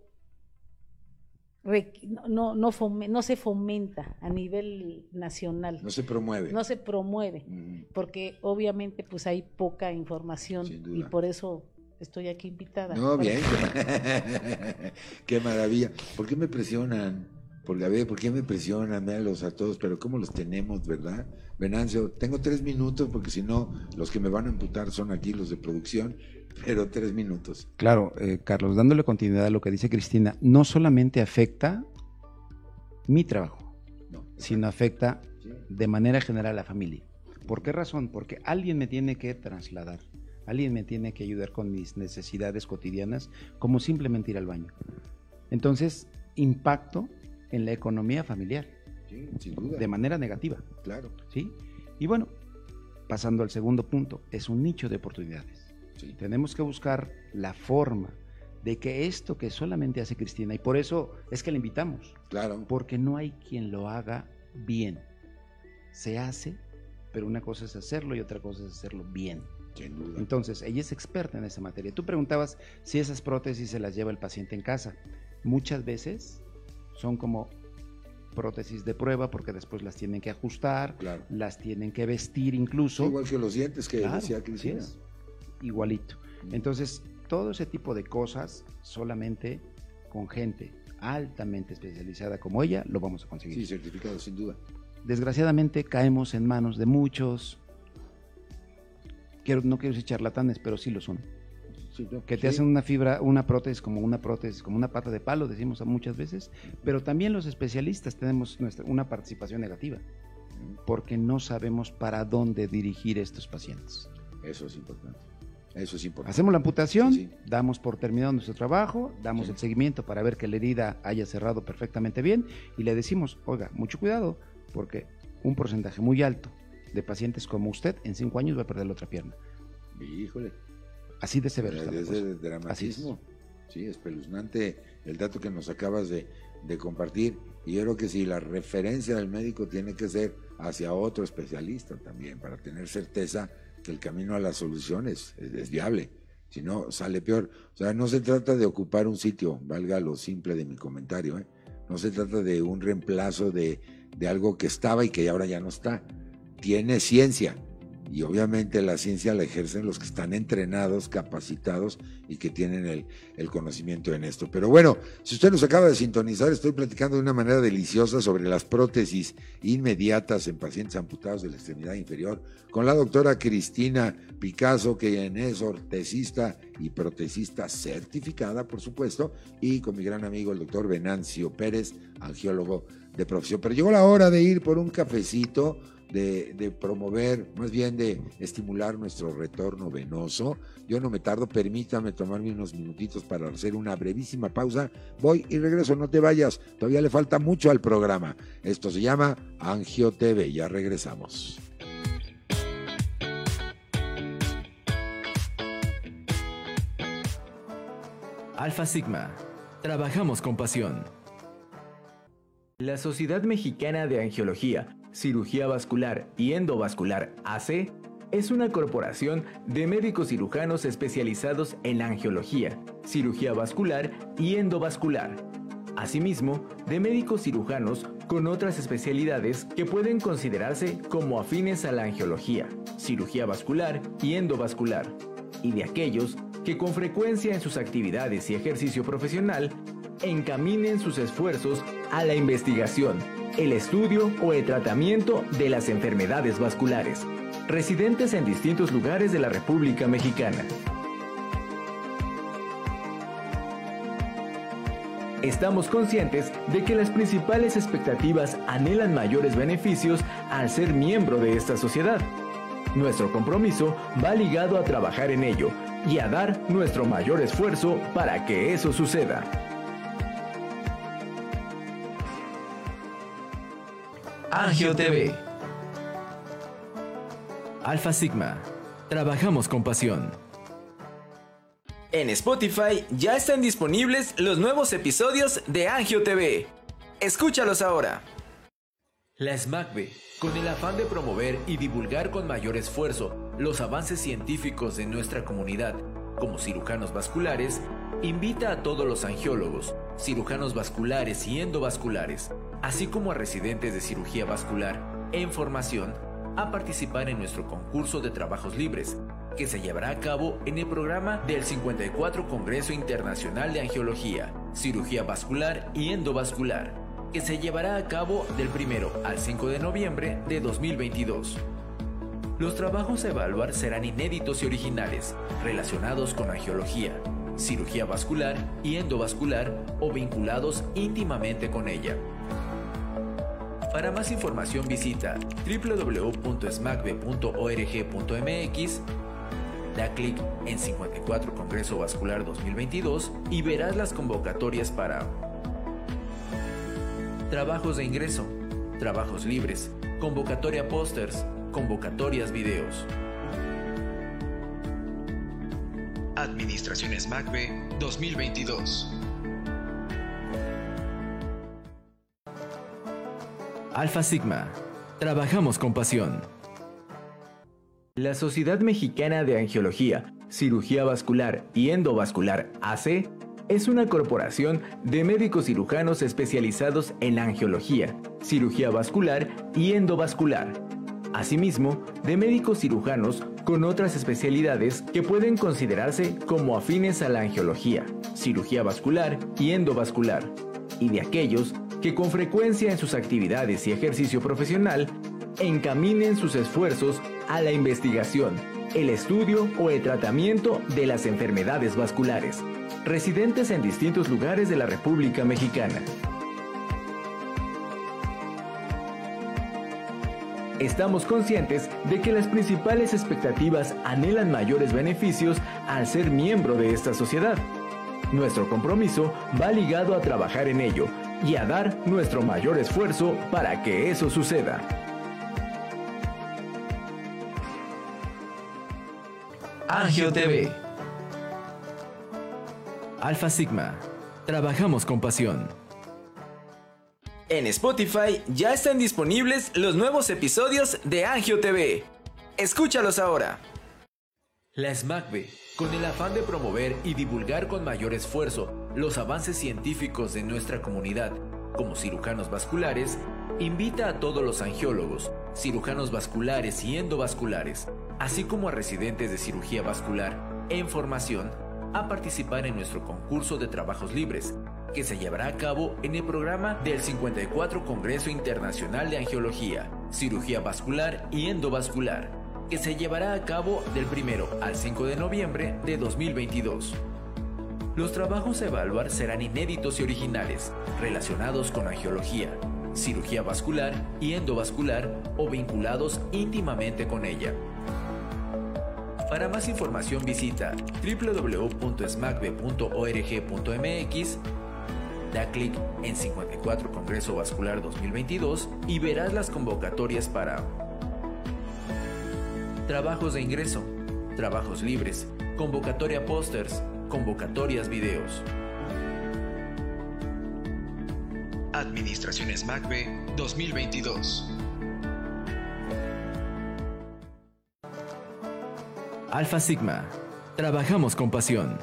Speaker 2: se fomenta a nivel nacional,
Speaker 1: No se promueve.
Speaker 2: no se promueve,
Speaker 1: Ujú.
Speaker 2: porque obviamente pues hay poca información
Speaker 1: Sin duda.
Speaker 2: y por eso estoy aquí invitada.
Speaker 1: No, bien. Qué maravilla. ¿Por qué me presionan? Porque, a ver, ¿por qué me presionan? Véanlos a todos, pero ¿cómo los tenemos, verdad? Venancio, tengo 3 minutos porque si no, los que me van a amputar son aquí los de producción, pero 3 minutos.
Speaker 3: Claro, Carlos, dándole continuidad a lo que dice Cristina, no solamente afecta mi trabajo,
Speaker 1: No.
Speaker 3: sino afecta
Speaker 1: Sí.
Speaker 3: de manera general a la familia. ¿Por qué razón? Porque alguien me tiene que trasladar, alguien me tiene que ayudar con mis necesidades cotidianas, como simplemente ir al baño. Entonces, impacto en la economía familiar,
Speaker 1: Sí, sin duda.
Speaker 3: de manera negativa,
Speaker 1: Claro.
Speaker 3: ¿sí? Y bueno, pasando al segundo punto, es un nicho de oportunidades.
Speaker 1: Sí.
Speaker 3: Tenemos que buscar la forma de que esto que solamente hace Cristina, y por eso es que la invitamos,
Speaker 1: Claro.
Speaker 3: porque no hay quien lo haga bien. Se hace, pero una cosa es hacerlo y otra cosa es hacerlo bien.
Speaker 1: Sin duda.
Speaker 3: Entonces, ella es experta en esa materia. Tú preguntabas si esas prótesis se las lleva el paciente en casa. Muchas veces son como prótesis de prueba porque después las tienen que ajustar,
Speaker 1: Claro.
Speaker 3: las tienen que vestir incluso.
Speaker 1: Igual que los dientes que
Speaker 3: Claro,
Speaker 1: decía
Speaker 3: así
Speaker 1: Cristina.
Speaker 3: es. Igualito. Entonces, todo ese tipo de cosas, solamente con gente altamente especializada como ella, lo vamos a conseguir.
Speaker 1: Sí, certificado, sin duda.
Speaker 3: Desgraciadamente caemos en manos de muchos, no quiero decir charlatanes, pero sí lo son,
Speaker 1: Sí, no,
Speaker 3: que te
Speaker 1: sí.
Speaker 3: hacen una prótesis, como una pata de palo, decimos muchas veces, pero también los especialistas tenemos una participación negativa, porque no sabemos para dónde dirigir estos pacientes.
Speaker 1: Eso es importante. Eso es importante.
Speaker 3: Hacemos la amputación,
Speaker 1: Sí, sí.
Speaker 3: damos por terminado nuestro trabajo, damos
Speaker 1: Sí.
Speaker 3: el seguimiento para ver que la herida haya cerrado perfectamente bien y le decimos, oiga, mucho cuidado, porque un porcentaje muy alto de pacientes como usted en 5 años va a perder la otra pierna.
Speaker 1: Híjole.
Speaker 3: Así de severo está la
Speaker 1: Es
Speaker 3: cosa.
Speaker 1: de dramatismo. Sí, espeluznante el dato que nos acabas de compartir. Y yo creo que sí, la referencia del médico tiene que ser hacia otro especialista también, para tener certeza que el camino a la solución es viable. Si no, sale peor. O sea, no se trata de ocupar un sitio, valga lo simple de mi comentario, ¿eh? No se trata de un reemplazo de algo que estaba y que ahora ya no está. Tiene ciencia. Y obviamente la ciencia la ejercen los que están entrenados, capacitados y que tienen el conocimiento en esto. Pero bueno, si usted nos acaba de sintonizar, estoy platicando de una manera deliciosa sobre las prótesis inmediatas en pacientes amputados de la extremidad inferior con la doctora Cristina Picasso, quien es ortesista y protesista certificada, por supuesto, y con mi gran amigo el doctor Venancio Pérez, angiólogo de profesión. Pero llegó la hora de ir por un cafecito, de promover, más bien de estimular nuestro retorno venoso. Yo no me tardo, permítame tomarme unos minutitos para hacer una brevísima pausa. Voy y regreso, no te vayas, todavía le falta mucho al programa. Esto se llama Angio TV, ya regresamos.
Speaker 4: Alfa Sigma. Trabajamos con pasión. La Sociedad Mexicana de Angiología, Cirugía Vascular y Endovascular AC es una corporación de médicos cirujanos especializados en la angiología, cirugía vascular y endovascular. Asimismo, de médicos cirujanos con otras especialidades que pueden considerarse como afines a la angiología, cirugía vascular y endovascular, y de aquellos que con frecuencia en sus actividades y ejercicio profesional encaminen sus esfuerzos a la investigación, el estudio o el tratamiento de las enfermedades vasculares, residentes en distintos lugares de la República Mexicana. Estamos conscientes de que las principales expectativas anhelan mayores beneficios al ser miembro de esta sociedad. Nuestro compromiso va ligado a trabajar en ello y a dar nuestro mayor esfuerzo para que eso suceda. Angio TV. Alfa Sigma. Trabajamos con pasión. En Spotify ya están disponibles los nuevos episodios de Angio TV. Escúchalos ahora. La SMACB, con el afán de promover y divulgar con mayor esfuerzo los avances científicos de nuestra comunidad como cirujanos vasculares, invita a todos los angiólogos, cirujanos vasculares y endovasculares, así como a residentes de cirugía vascular en formación, a participar en nuestro concurso de trabajos libres, que se llevará a cabo en el programa del 54 Congreso Internacional de Angiología, Cirugía Vascular y Endovascular, que se llevará a cabo del 1 al 5 de noviembre de 2022. Los trabajos a evaluar serán inéditos y originales, relacionados con angiología, cirugía vascular y endovascular o vinculados íntimamente con ella. Para más información visita www.smacb.org.mx, da clic en 54 Congreso Vascular 2022 y verás las convocatorias para trabajos de ingreso, trabajos libres, convocatoria pósters, convocatorias videos. Administración SMACB 2022. Alfa Sigma. Trabajamos con pasión. La Sociedad Mexicana de Angiología, Cirugía Vascular y Endovascular AC es una corporación de médicos cirujanos especializados en angiología, cirugía vascular y endovascular. Asimismo, de médicos cirujanos con otras especialidades que pueden considerarse como afines a la angiología, cirugía vascular y endovascular, y de aquellos que con frecuencia en sus actividades y ejercicio profesional encaminen sus esfuerzos a la investigación, el estudio o el tratamiento de las enfermedades vasculares, residentes en distintos lugares de la República Mexicana. Estamos conscientes de que las principales expectativas anhelan mayores beneficios al ser miembro de esta sociedad. Nuestro compromiso va ligado a trabajar en ello y a dar nuestro mayor esfuerzo para que eso suceda. Angio TV. Alfa Sigma. Trabajamos con pasión. En Spotify ya están disponibles los nuevos episodios de Angio TV. Escúchalos ahora. La SMACB, con el afán de promover y divulgar con mayor esfuerzo los avances científicos de nuestra comunidad como cirujanos vasculares, invita a todos los angiólogos, cirujanos vasculares y endovasculares, así como a residentes de cirugía vascular en formación, a participar en nuestro concurso de trabajos libres, que se llevará a cabo en el programa del 54 Congreso Internacional de Angiología, Cirugía Vascular y Endovascular, que se llevará a cabo del 1 al 5 de noviembre de 2022. Los trabajos a evaluar serán inéditos y originales, relacionados con angiología, cirugía vascular y endovascular o vinculados íntimamente con ella. Para más información visita www.smacb.org.mx, da clic en 54 Congreso Vascular 2022 y verás las convocatorias para trabajos de ingreso, trabajos libres, convocatoria pósters, convocatorias videos. Administración SMACB 2022. Alfa Sigma. Trabajamos con pasión.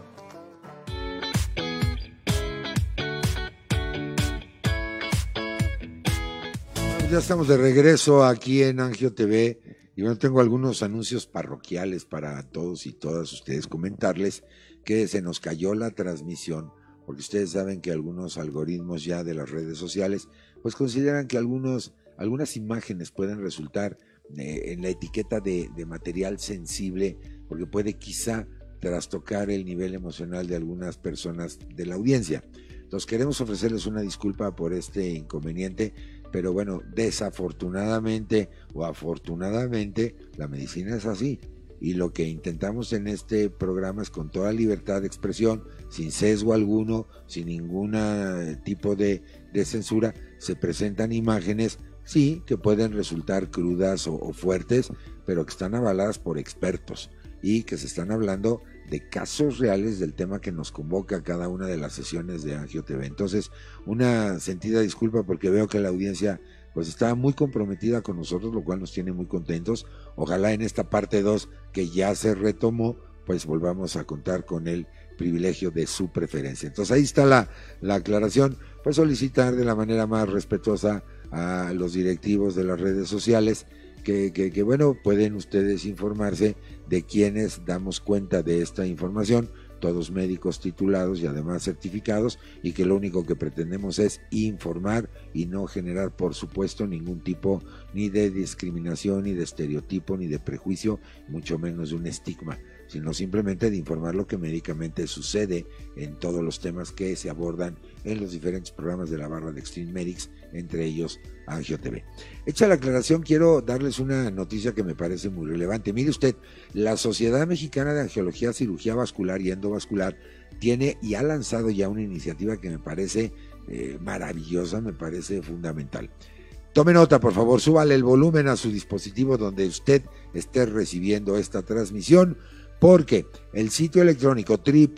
Speaker 1: pues ya estamos de regreso aquí en Angio TV y bueno, tengo algunos anuncios parroquiales para todos y todas ustedes. Comentarles que se nos cayó la transmisión porque ustedes saben que algunos algoritmos ya de las redes sociales pues consideran que algunas imágenes pueden resultar en la etiqueta de material sensible porque puede quizá trastocar el nivel emocional de algunas personas de la audiencia. Entonces queremos ofrecerles una disculpa por este inconveniente, pero bueno, desafortunadamente o afortunadamente la medicina es así y lo que intentamos en este programa es con toda libertad de expresión, sin sesgo alguno, sin ningún tipo de censura, se presentan imágenes, sí, que pueden resultar crudas o fuertes, pero que están avaladas por expertos y que se están hablando de casos reales del tema que nos convoca a cada una de las sesiones de Angio TV. Entonces, una sentida disculpa porque veo que la audiencia pues está muy comprometida con nosotros, lo cual nos tiene muy contentos. Ojalá en esta parte 2 que ya se retomó, pues volvamos a contar con el privilegio de su preferencia. Entonces ahí está la aclaración, pues solicitar de la manera más respetuosa a los directivos de las redes sociales que bueno, pueden ustedes informarse de quienes damos cuenta de esta información, todos médicos titulados y además certificados, y que lo único que pretendemos es informar y no generar, por supuesto, ningún tipo ni de discriminación, ni de estereotipo, ni de prejuicio, mucho menos de un estigma, sino simplemente de informar lo que médicamente sucede en todos los temas que se abordan en los diferentes programas de la barra de Extreme Medics, entre ellos Angio TV. Hecha la aclaración, quiero darles una noticia que me parece muy relevante. Mire usted, la Sociedad Mexicana de Angiología, Cirugía Vascular y Endovascular tiene y ha lanzado ya una iniciativa que me parece maravillosa, me parece fundamental. Tome nota, por favor, súbale el volumen a su dispositivo donde usted esté recibiendo esta transmisión, porque el sitio electrónico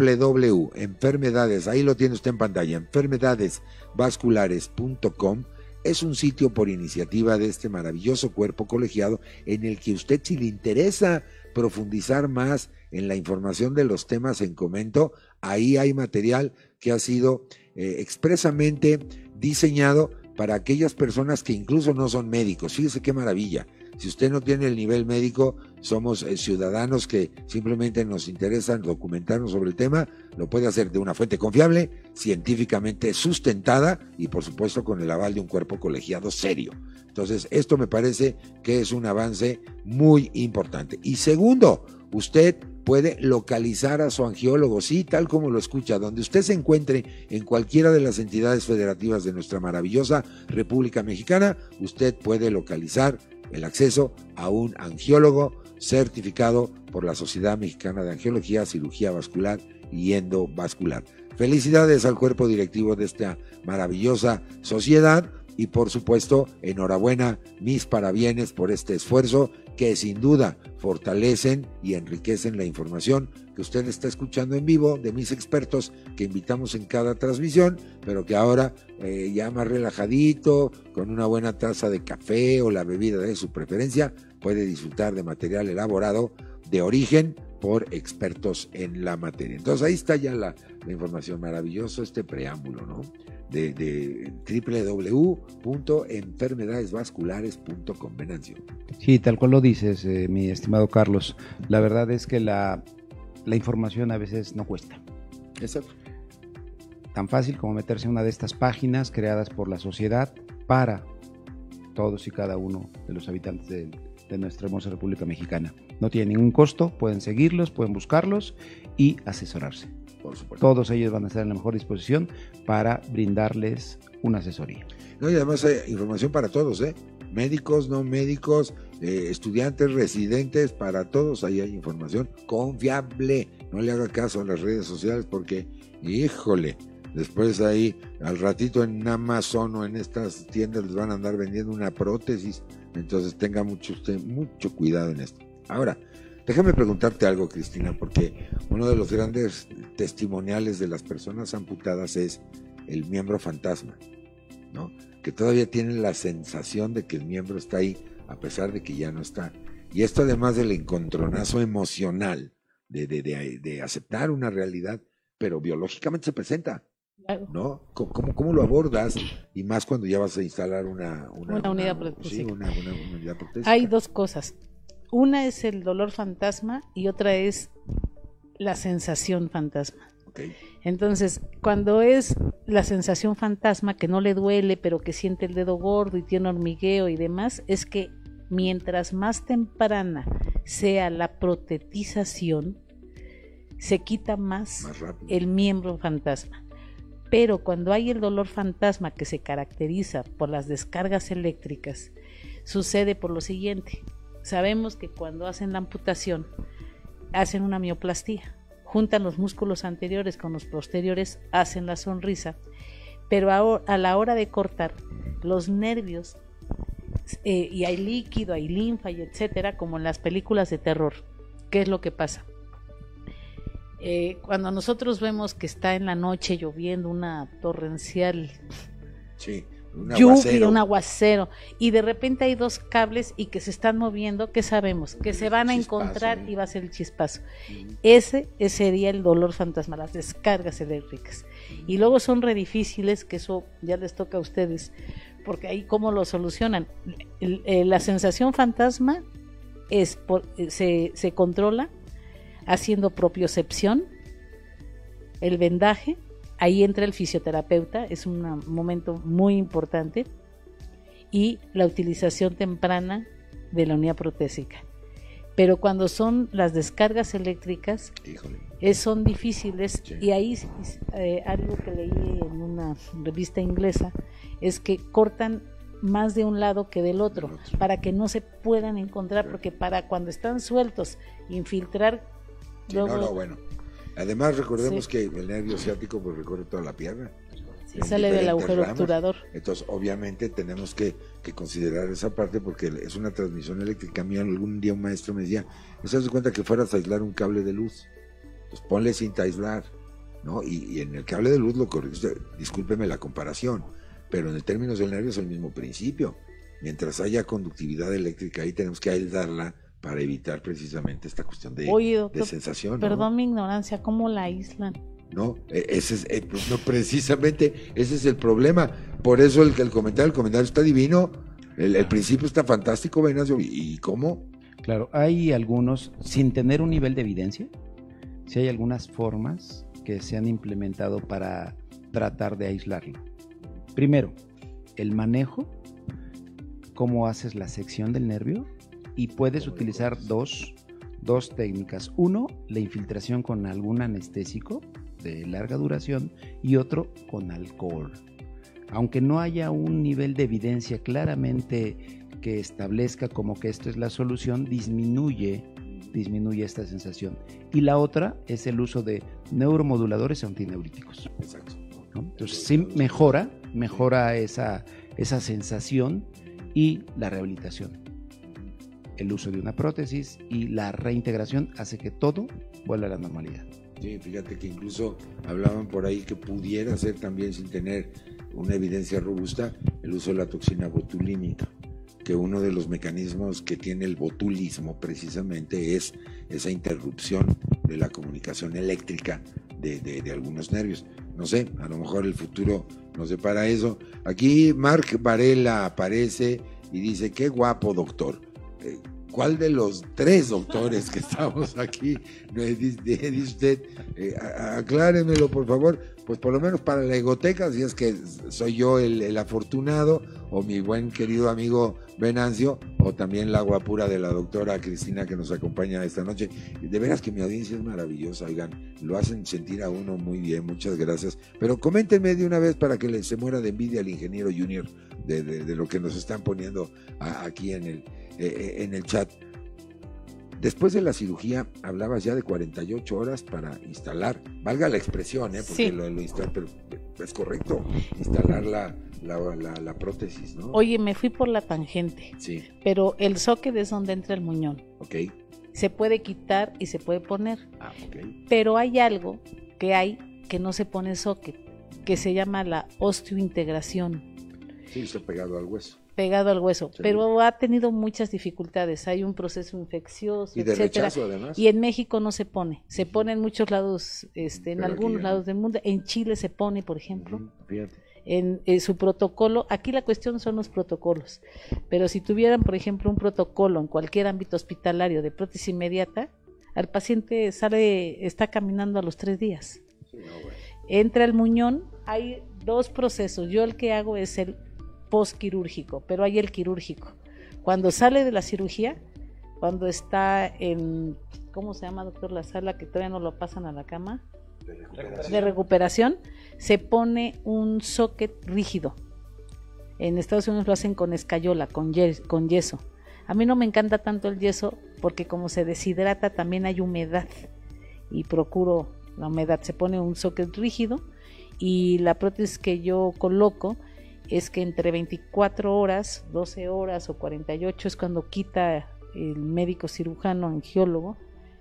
Speaker 1: www.enfermedades, ahí lo tiene usted en pantalla, enfermedadesvasculares.com, es un sitio por iniciativa de este maravilloso cuerpo colegiado en el que usted, si le interesa profundizar más en la información de los temas en comento, ahí hay material que ha sido expresamente diseñado para aquellas personas que incluso no son médicos. Fíjese qué maravilla. Si usted no tiene el nivel médico, somos ciudadanos que simplemente nos interesa documentarnos sobre el tema, lo puede hacer de una fuente confiable, científicamente sustentada y por supuesto con el aval de un cuerpo colegiado serio. Entonces, esto me parece que es un avance muy importante. Y segundo, usted puede localizar a su angiólogo, sí, tal como lo escucha, donde usted se encuentre en cualquiera de las entidades federativas de nuestra maravillosa República Mexicana, usted puede localizar el acceso a un angiólogo certificado por la Sociedad Mexicana de Angiología, Cirugía Vascular y Endovascular. Felicidades al cuerpo directivo de esta maravillosa sociedad y por supuesto, enhorabuena, mis parabienes por este esfuerzo que sin duda fortalecen y enriquecen la información que usted está escuchando en vivo de mis expertos que invitamos en cada transmisión, pero que ahora ya más relajadito, con una buena taza de café o la bebida de su preferencia, puede disfrutar de material elaborado de origen por expertos en la materia. Entonces ahí está ya la información, maravilloso este preámbulo, ¿no? De www.enfermedadesvasculares.com. Venancio.
Speaker 3: Sí, tal cual lo dices, mi estimado Carlos. La verdad es que la información a veces no cuesta.
Speaker 1: Exacto.
Speaker 3: Tan fácil como meterse en una de estas páginas creadas por la sociedad para todos y cada uno de los habitantes de nuestra hermosa República Mexicana. No tiene ningún costo, pueden seguirlos, pueden buscarlos y asesorarse.
Speaker 1: Por supuesto.
Speaker 3: Todos ellos van a estar en la mejor disposición para brindarles una asesoría.
Speaker 1: No, y además hay información para todos, médicos, no médicos, estudiantes, residentes, para todos ahí hay información confiable. No le haga caso a las redes sociales porque, híjole, después ahí al ratito en Amazon o en estas tiendas les van a andar vendiendo una prótesis. Entonces tenga mucho cuidado en esto. Ahora, déjame preguntarte algo, Cristina, porque uno de los grandes testimoniales de las personas amputadas es el miembro fantasma, ¿no? Que todavía tienen la sensación de que el miembro está ahí, a pesar de que ya no está. Y esto además del encontronazo emocional de aceptar una realidad, pero biológicamente se presenta.
Speaker 2: Claro.
Speaker 1: ¿no? ¿Cómo lo abordas? Y más cuando ya vas a instalar una
Speaker 2: unidad protésica.
Speaker 1: Sí, una unidad protésica.
Speaker 2: Hay dos cosas. Una es el dolor fantasma y otra es la sensación fantasma.
Speaker 1: Okay.
Speaker 2: Entonces, cuando es la sensación fantasma, que no le duele, pero que siente el dedo gordo y tiene hormigueo y demás, es que mientras más temprana sea la protetización, se quita más el miembro fantasma. Pero cuando hay el dolor fantasma que se caracteriza por las descargas eléctricas, sucede por lo siguiente. Sabemos que cuando hacen la amputación, hacen una mioplastía, juntan los músculos anteriores con los posteriores, hacen la sonrisa, pero a la hora de cortar, los nervios, y hay líquido, hay linfa y etcétera, como en las películas de terror. ¿Qué es lo que pasa? Cuando nosotros vemos que está en la noche lloviendo una torrencial lluvia, un aguacero, y de repente hay dos cables y que se están moviendo, ¿qué sabemos? Que se van a encontrar y va a ser el chispazo. Ese sería el dolor fantasma, las descargas eléctricas. Y luego son re difíciles, que eso ya les toca a ustedes, porque ahí cómo lo solucionan. La sensación fantasma se controla haciendo propiocepción, el vendaje. Ahí entra el fisioterapeuta, es un momento muy importante, y la utilización temprana de la unidad protésica. Pero cuando son las descargas eléctricas, son difíciles, sí. Y ahí algo que leí en una revista inglesa es que cortan más de un lado que del otro, para que no se puedan encontrar, porque para cuando están sueltos, infiltrar...
Speaker 1: Sí, luego, bueno. Además, recordemos que el nervio ciático pues recorre toda la pierna.
Speaker 2: Sí, sale del agujero obturador.
Speaker 1: Entonces, obviamente, tenemos que considerar esa parte porque es una transmisión eléctrica. A mí algún día un maestro me decía, ¿no se das cuenta que fueras a aislar un cable de luz? Pues ponle cinta aislar, ¿no? Y en el cable de luz lo corrige, discúlpeme la comparación, pero en términos del nervio es el mismo principio. Mientras haya conductividad eléctrica, ahí tenemos que aislarla para evitar precisamente esta cuestión de sensación.
Speaker 2: Perdón mi ignorancia, ¿cómo la aíslan?
Speaker 1: No, precisamente ese es el problema. Por eso el comentario está divino, el principio está fantástico, Venancio. ¿Y cómo?
Speaker 3: Claro, hay algunos, sin tener un nivel de evidencia, sí hay algunas formas que se han implementado para tratar de aislarlo. Primero, el manejo, cómo haces la sección del nervio. Y puedes utilizar dos técnicas. Uno, la infiltración con algún anestésico de larga duración, y otro con alcohol. Aunque no haya un nivel de evidencia claramente que establezca como que esto es la solución, disminuye esta sensación. Y la otra es el uso de neuromoduladores antineuríticos.
Speaker 1: Exacto.
Speaker 3: ¿No? Entonces sí mejora esa sensación y la rehabilitación. El uso de una prótesis y la reintegración hace que todo vuelva a la normalidad.
Speaker 1: Sí, fíjate que incluso hablaban por ahí que pudiera ser también, sin tener una evidencia robusta, el uso de la toxina botulínica, que uno de los mecanismos que tiene el botulismo precisamente es esa interrupción de la comunicación eléctrica de algunos nervios. No sé, a lo mejor el futuro nos depara eso. Aquí Marc Varela aparece y dice, qué guapo doctor. ¿Cuál de los 3 doctores que estamos aquí dice usted? Aclárenmelo, por favor. Pues por lo menos para la egoteca, si es que soy yo el afortunado, o mi buen querido amigo Venancio, o también la guapura de la doctora Cristina que nos acompaña esta noche. De veras que mi audiencia es maravillosa, oigan, lo hacen sentir a uno muy bien, muchas gracias. Pero coméntenme de una vez para que se muera de envidia al ingeniero Junior de lo que nos están poniendo aquí en el chat. Después de la cirugía, hablabas ya de 48 horas para instalar, valga la expresión, porque sí. lo instalar, pero es correcto, instalar la prótesis, ¿no?
Speaker 2: Oye, me fui por la tangente,
Speaker 1: sí.
Speaker 2: Pero el socket es donde entra el muñón.
Speaker 1: Ok.
Speaker 2: Se puede quitar y se puede poner.
Speaker 1: Ok.
Speaker 2: Pero hay algo que no se pone socket, que se llama la osteointegración.
Speaker 1: Sí, está pegado al hueso.
Speaker 2: pegado al hueso,
Speaker 1: Sí.
Speaker 2: pero ha tenido muchas dificultades, hay un proceso infeccioso,
Speaker 1: Y de
Speaker 2: etcétera,
Speaker 1: rechazo, además.
Speaker 2: y en México no se pone, se pone en muchos lados, en
Speaker 1: Pero aquí
Speaker 2: algunos
Speaker 1: ya
Speaker 2: lados del mundo, en Chile se pone, por ejemplo,
Speaker 1: Ujú, fíjate.
Speaker 2: en su protocolo, aquí la cuestión son los protocolos, pero si tuvieran, por ejemplo, un protocolo en cualquier ámbito hospitalario de prótesis inmediata, al paciente está caminando a los 3 días.
Speaker 1: Sí, no, bueno.
Speaker 2: Entra el muñón, hay 2 procesos, yo el que hago es el postquirúrgico, pero hay el quirúrgico. Cuando sale de la cirugía, cuando está en, ¿cómo se llama, doctor? La sala que todavía no lo pasan a la cama, de recuperación, se pone un socket rígido. En Estados Unidos lo hacen con escayola, con yeso. A mí no me encanta tanto el yeso porque como se deshidrata también hay humedad y procuro la humedad. Se pone un socket rígido y la prótesis que yo coloco es que entre 24 horas, 12 horas o 48 es cuando quita el médico cirujano angiólogo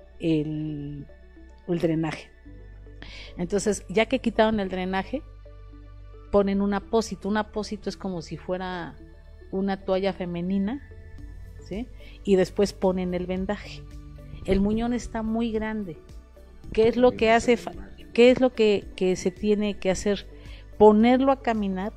Speaker 2: el drenaje. Entonces, ya que quitaron el drenaje, ponen un apósito. Un apósito es como si fuera una toalla femenina, ¿sí? Y después ponen el vendaje. El muñón está muy grande. ¿Qué es lo que hace? ¿Qué es lo que se tiene que hacer? Ponerlo a caminar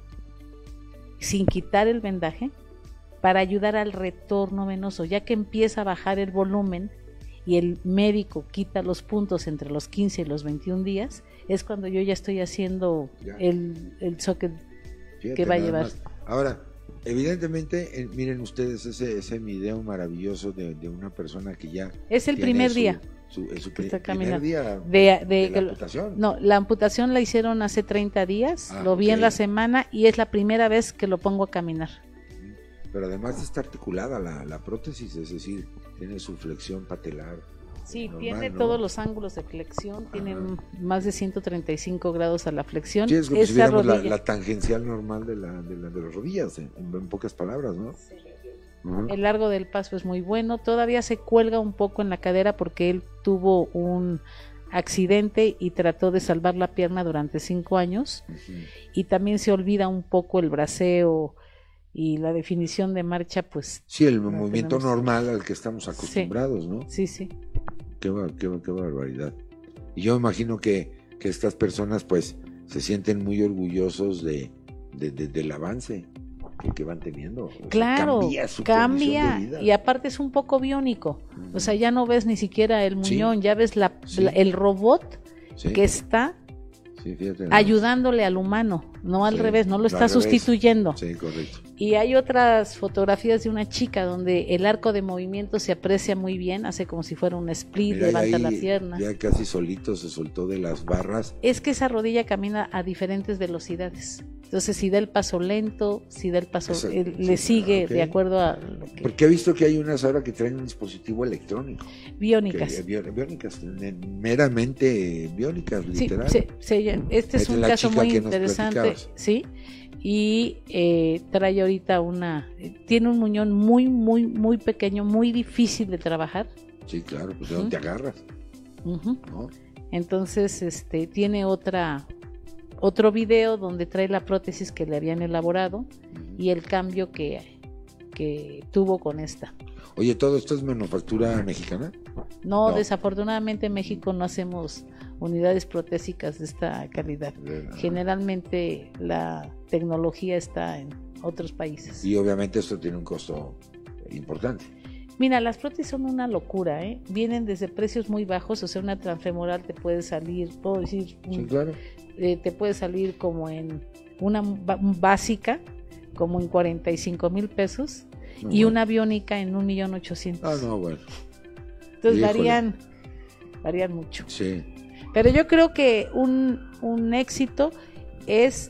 Speaker 2: sin quitar el vendaje para ayudar al retorno venoso, ya que empieza a bajar el volumen y el médico quita los puntos entre los 15 y los 21 días, es cuando yo ya estoy haciendo el socket.
Speaker 1: Fíjate,
Speaker 2: que va a
Speaker 1: nada
Speaker 2: llevar.
Speaker 1: más. Ahora, evidentemente, miren ustedes ese video maravilloso de una persona que ya
Speaker 2: Es el
Speaker 1: tiene
Speaker 2: primer día
Speaker 1: su
Speaker 2: que está
Speaker 1: primer
Speaker 2: caminando.
Speaker 1: día
Speaker 2: de
Speaker 1: la amputación.
Speaker 2: No, la amputación la hicieron hace 30 días,
Speaker 1: Ah,
Speaker 2: lo vi en
Speaker 1: ok.
Speaker 2: la semana y es la primera vez que lo pongo a caminar.
Speaker 1: Pero además está articulada la prótesis, es decir, tiene su flexión patelar.
Speaker 2: Sí,
Speaker 1: normal,
Speaker 2: tiene
Speaker 1: ¿no?
Speaker 2: todos los ángulos de flexión, tiene
Speaker 1: Ajá.
Speaker 2: más de 135 grados a la flexión.
Speaker 1: Sí, es como si
Speaker 2: Esa
Speaker 1: viéramos
Speaker 2: rodilla-
Speaker 1: la tangencial normal de las rodillas, en pocas palabras, ¿no? Ujú.
Speaker 2: El largo del paso es muy bueno, todavía se cuelga un poco en la cadera porque él tuvo un accidente y trató de salvar la pierna durante 5 años
Speaker 1: Ujú.
Speaker 2: y también se olvida un poco el braceo y la definición de marcha, pues
Speaker 1: Sí, el
Speaker 2: no
Speaker 1: movimiento
Speaker 2: tenemos-
Speaker 1: normal al que estamos acostumbrados, ¿no?
Speaker 2: sí, sí.
Speaker 1: Qué barbaridad. Y yo imagino que estas personas pues se sienten muy orgullosos del avance que van teniendo. O sea,
Speaker 2: Claro,
Speaker 1: cambia su
Speaker 2: cambia
Speaker 1: condición de vida.
Speaker 2: y aparte es un poco biónico,
Speaker 1: Ujú.
Speaker 2: o sea, ya no ves ni siquiera el
Speaker 1: Sí.
Speaker 2: muñón, ya ves
Speaker 1: Sí.
Speaker 2: el robot
Speaker 1: Sí,
Speaker 2: que está
Speaker 1: sí, fíjate nomás.
Speaker 2: ayudándole al humano, no al
Speaker 1: Sí,
Speaker 2: revés, no lo
Speaker 1: no
Speaker 2: está
Speaker 1: al revés.
Speaker 2: sustituyendo.
Speaker 1: Sí, correcto.
Speaker 2: Y hay otras fotografías de una chica donde el arco de movimiento se aprecia muy bien, hace como si fuera un split,
Speaker 1: Mira,
Speaker 2: levanta
Speaker 1: ahí
Speaker 2: la pierna.
Speaker 1: ya casi solito se soltó de las barras.
Speaker 2: Es que esa rodilla camina a diferentes velocidades. Entonces, si da el paso lento, si da el paso,
Speaker 1: Eso,
Speaker 2: le
Speaker 1: sí,
Speaker 2: sigue
Speaker 1: ok.
Speaker 2: de acuerdo a lo que,
Speaker 1: Porque he visto que hay unas ahora que traen un dispositivo electrónico.
Speaker 2: biónicas.
Speaker 1: Biónicas, meramente biónicas,
Speaker 2: Sí,
Speaker 1: literal.
Speaker 2: este es
Speaker 1: Esta
Speaker 2: un
Speaker 1: la
Speaker 2: caso
Speaker 1: chica
Speaker 2: muy
Speaker 1: que nos
Speaker 2: interesante,
Speaker 1: platicabas.
Speaker 2: sí, y trae ahorita tiene un muñón muy, muy, muy pequeño, muy difícil de trabajar.
Speaker 1: Sí, claro, pues de
Speaker 2: Ujú.
Speaker 1: dónde te agarras,
Speaker 2: Ujú.
Speaker 1: ¿no?
Speaker 2: Entonces, tiene otro video donde trae la prótesis que le habían elaborado
Speaker 1: Ujú.
Speaker 2: y el cambio que tuvo con esta.
Speaker 1: Oye, ¿todo esto es manufactura mexicana?
Speaker 2: No,
Speaker 1: No.
Speaker 2: desafortunadamente en México no hacemos unidades protésicas de esta calidad. Generalmente la tecnología está en otros países.
Speaker 1: Y obviamente esto tiene un costo importante.
Speaker 2: Mira, las prótesis son una locura, ¿eh? Vienen desde precios muy bajos, o sea, una transfemoral te puede salir, puedo decir,
Speaker 1: Sí, claro.
Speaker 2: te puede salir como en una básica, como en 45,000 pesos,
Speaker 1: No,
Speaker 2: y
Speaker 1: bueno.
Speaker 2: una biónica en 1,800,000.
Speaker 1: Ah, no, bueno,
Speaker 2: Entonces
Speaker 1: híjole.
Speaker 2: varían mucho.
Speaker 1: sí.
Speaker 2: Pero yo creo que un éxito es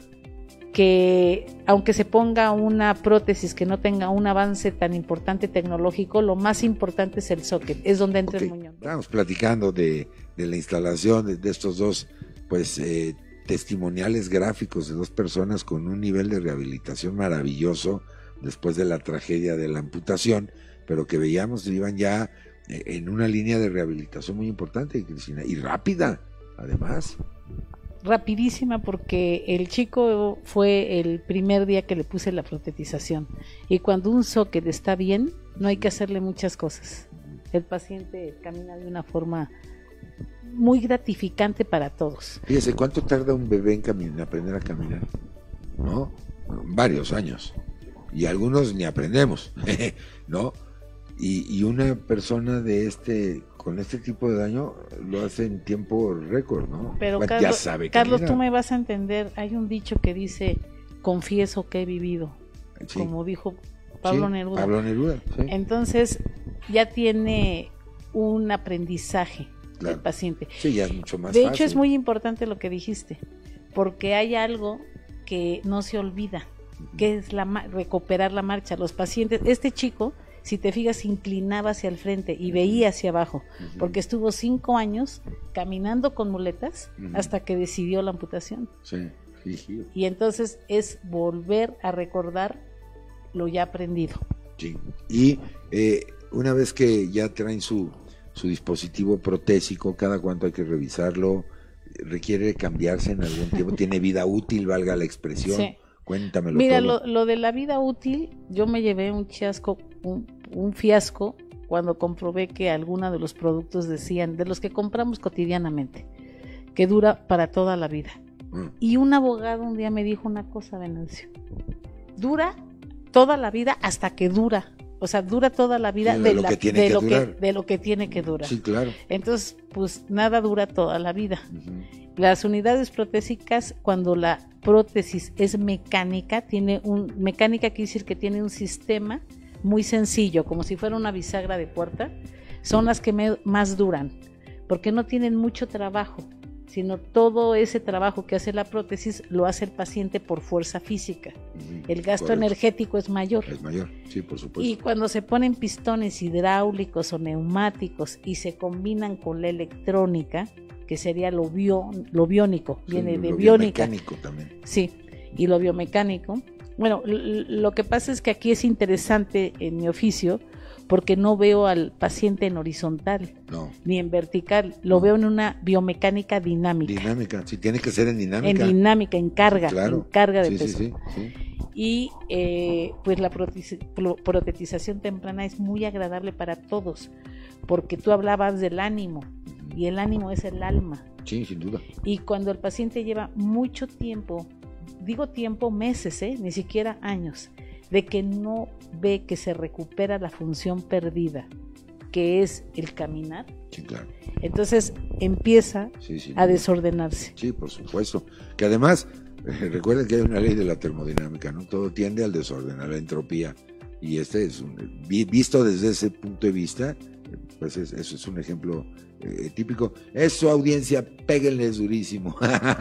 Speaker 2: que aunque se ponga una prótesis que no tenga un avance tan importante tecnológico, lo más importante es el socket, es donde entra
Speaker 1: Ok,
Speaker 2: el muñón.
Speaker 1: estábamos platicando de la instalación de estos dos, pues, testimoniales gráficos de dos personas con un nivel de rehabilitación maravilloso después de la tragedia de la amputación, pero que veíamos que iban ya en una línea de rehabilitación muy importante, Cristina, y rápida, además.
Speaker 2: rapidísima porque el chico fue el primer día que le puse la protetización y cuando un socket está bien, no hay que hacerle muchas cosas. El paciente camina de una forma muy gratificante para todos.
Speaker 1: Fíjese, ¿cuánto tarda un bebé en aprender a caminar? ¿No? Varios años. Y algunos ni aprendemos, ¿no? Y una persona con este tipo de daño lo hace en tiempo récord, ¿no?
Speaker 2: Pero
Speaker 1: bueno,
Speaker 2: Carlos,
Speaker 1: ya sabe
Speaker 2: Carlos,
Speaker 1: caminar.
Speaker 2: tú me vas a entender, hay un dicho que dice, confieso que he vivido,
Speaker 1: Sí.
Speaker 2: como dijo Pablo
Speaker 1: Sí,
Speaker 2: Neruda.
Speaker 1: Pablo Neruda, sí.
Speaker 2: Entonces, ya tiene un aprendizaje
Speaker 1: Claro.
Speaker 2: del paciente.
Speaker 1: Sí, ya es mucho más
Speaker 2: De
Speaker 1: fácil.
Speaker 2: hecho, es muy importante lo que dijiste, porque hay algo que no se olvida, que es recuperar la marcha. Los pacientes, este chico, si te fijas, se inclinaba hacia el frente y veía hacia abajo, porque estuvo 5 años caminando con muletas hasta que decidió la amputación.
Speaker 1: Sí, sí.
Speaker 2: Y entonces es volver a recordar lo ya aprendido.
Speaker 1: Sí. Y una vez que ya traen su dispositivo protésico, ¿cada cuánto hay que revisarlo? ¿Requiere cambiarse en algún tiempo? ¿Tiene vida útil, valga la expresión?
Speaker 2: Sí.
Speaker 1: Cuéntamelo
Speaker 2: Mira,
Speaker 1: todo.
Speaker 2: lo de la vida útil, yo me llevé un fiasco cuando comprobé que algunos de los productos decían, de los que compramos cotidianamente, que dura para toda la vida. Y un abogado un día me dijo una cosa, Venancio, dura toda la vida hasta que dura. O sea, dura toda la vida de lo que tiene que durar.
Speaker 1: Sí, claro.
Speaker 2: Entonces, pues nada dura toda la vida. Las unidades protésicas, cuando la prótesis es mecánica, mecánica quiere decir que tiene un sistema muy sencillo, como si fuera una bisagra de puerta, son las que más duran, porque no tienen mucho trabajo, sino todo ese trabajo que hace la prótesis lo hace el paciente por fuerza física. El gasto energético es mayor.
Speaker 1: Es mayor, sí, por supuesto.
Speaker 2: Y cuando se ponen pistones hidráulicos o neumáticos y se combinan con la electrónica, que sería lo biónico,
Speaker 1: Sí,
Speaker 2: viene de
Speaker 1: lo
Speaker 2: biónica.
Speaker 1: biomecánico también.
Speaker 2: Sí, y lo biomecánico. Bueno, lo que pasa es que aquí es interesante en mi oficio porque no veo al paciente en horizontal ni en vertical, lo veo en una biomecánica dinámica.
Speaker 1: Dinámica, sí, tiene que ser en dinámica.
Speaker 2: En dinámica, en carga,
Speaker 1: sí, claro.
Speaker 2: En carga de
Speaker 1: sí,
Speaker 2: peso.
Speaker 1: Sí.
Speaker 2: Y pues la protetización temprana es muy agradable para todos, porque tú hablabas del ánimo, y el ánimo es el alma.
Speaker 1: Sí, sin duda.
Speaker 2: Y cuando el paciente lleva mucho tiempo, digo tiempo, meses, ni siquiera años, de que no ve que se recupera la función perdida, que es el caminar,
Speaker 1: sí, claro.
Speaker 2: Entonces empieza a desordenarse.
Speaker 1: Sí, por supuesto. Que además, recuerden que hay una ley de la termodinámica, ¿no? Todo tiende al desorden, a la entropía. Y este es visto desde ese punto de vista, pues eso es un ejemplo típico. Eso, audiencia, péguenles durísimo.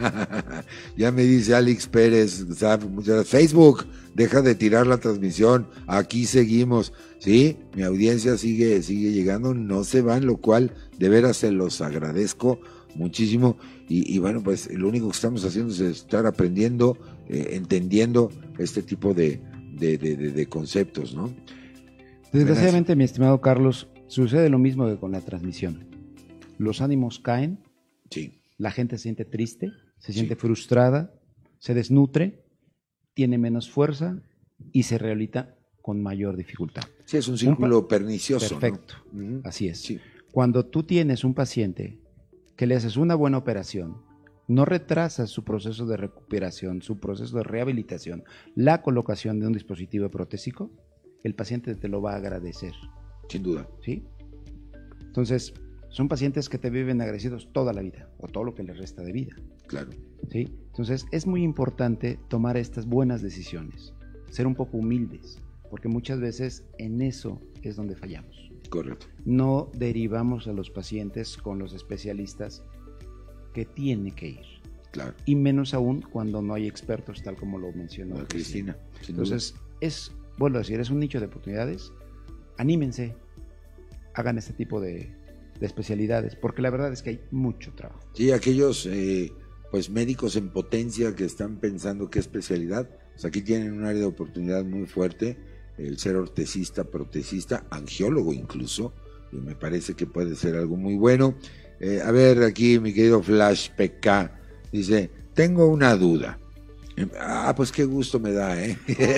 Speaker 1: Ya me dice Alex Pérez, muchas gracias. Facebook, deja de tirar la transmisión, aquí seguimos. Sí, mi audiencia sigue llegando, no se van, lo cual de veras se los agradezco muchísimo. Y bueno, pues lo único que estamos haciendo es estar aprendiendo, entendiendo este tipo de conceptos, ¿no?
Speaker 3: Desgraciadamente, mi estimado Carlos, sucede lo mismo que con la transmisión. Los ánimos caen,
Speaker 1: sí.
Speaker 3: La gente se siente triste, se siente frustrada, se desnutre, tiene menos fuerza y se rehabilita con mayor dificultad.
Speaker 1: Sí, es un círculo pernicioso.
Speaker 3: Perfecto,
Speaker 1: ¿no?
Speaker 3: Así es.
Speaker 1: Sí.
Speaker 3: Cuando tú tienes un paciente que le haces una buena operación, no retrasas su proceso de recuperación, su proceso de rehabilitación, la colocación de un dispositivo protésico, el paciente te lo va a agradecer.
Speaker 1: Sin duda.
Speaker 3: ¿Sí? Entonces, son pacientes que te viven agradecidos toda la vida, o todo lo que les resta de vida.
Speaker 1: Claro.
Speaker 3: ¿Sí? Entonces, es muy importante tomar estas buenas decisiones, ser un poco humildes, porque muchas veces en eso es donde fallamos.
Speaker 1: Correcto.
Speaker 3: No derivamos a los pacientes con los especialistas que tiene que ir.
Speaker 1: Claro.
Speaker 3: Y menos aún cuando no hay expertos, tal como lo mencionó
Speaker 1: Cristina.
Speaker 3: Entonces, vuelvo a decir, es un nicho de oportunidades. Anímense, hagan este tipo de especialidades, porque la verdad es que hay mucho trabajo.
Speaker 1: Sí, aquellos pues médicos en potencia que están pensando qué especialidad, pues aquí tienen un área de oportunidad muy fuerte, el ser ortesista, protesista, angiólogo incluso, y me parece que puede ser algo muy bueno. A ver, aquí mi querido Flash PK Dice, tengo una duda. Pues qué gusto me da, ¿eh?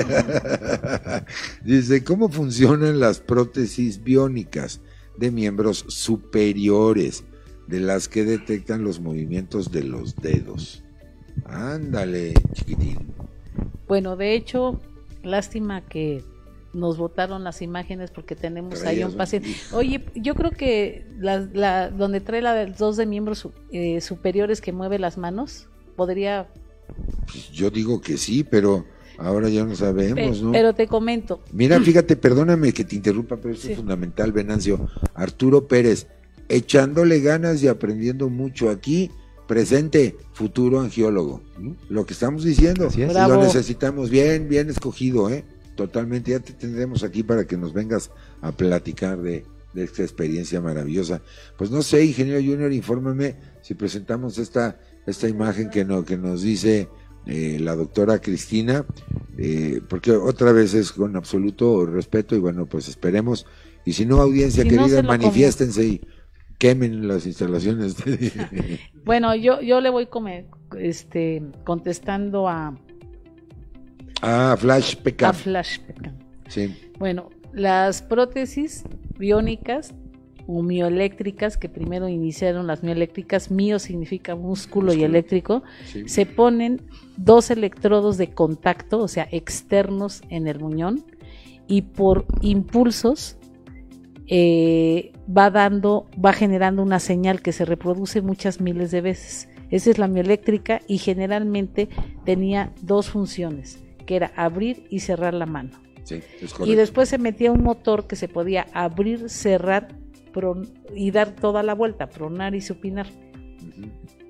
Speaker 1: Dice, ¿cómo funcionan las prótesis biónicas de miembros superiores de las que detectan los movimientos de los dedos? Ándale, chiquitín.
Speaker 2: Bueno, de hecho, lástima que nos botaron las imágenes porque tenemos ahí un paciente. Oye, yo creo que donde trae las dos de miembros superiores que mueve las manos, podría...
Speaker 1: Pues yo digo que sí, pero ahora ya no sabemos, ¿no?
Speaker 2: Pero te comento.
Speaker 1: Mira, fíjate, perdóname que te interrumpa, pero esto es fundamental, Venancio. Arturo Pérez, echándole ganas y aprendiendo mucho aquí, presente, futuro angiólogo. Lo que estamos diciendo, lo necesitamos bien escogido, ¿eh? Totalmente, ya te tendremos aquí para que nos vengas a platicar de esta experiencia maravillosa. Pues no sé, ingeniero Junior, infórmame si presentamos esta imagen que nos dice la doctora Cristina, porque otra vez es con absoluto respeto y bueno, pues esperemos, y si no, audiencia querida, manifiéstense y quemen las instalaciones.
Speaker 2: Bueno, yo le voy contestando a
Speaker 1: Flash PK. Sí.
Speaker 2: Bueno, las prótesis biónicas o mioeléctricas, que primero iniciaron las mioeléctricas, mio significa músculo y eléctrico, se ponen 2 electrodos de contacto, o sea, externos en el muñón, y por impulsos va generando una señal que se reproduce muchas miles de veces. Esa es la mioeléctrica y generalmente tenía 2 funciones, que era abrir y cerrar la mano.
Speaker 1: Sí, es correcto.
Speaker 2: Y después se metía un motor que se podía abrir, cerrar y dar toda la vuelta, pronar y supinar. Uh-huh.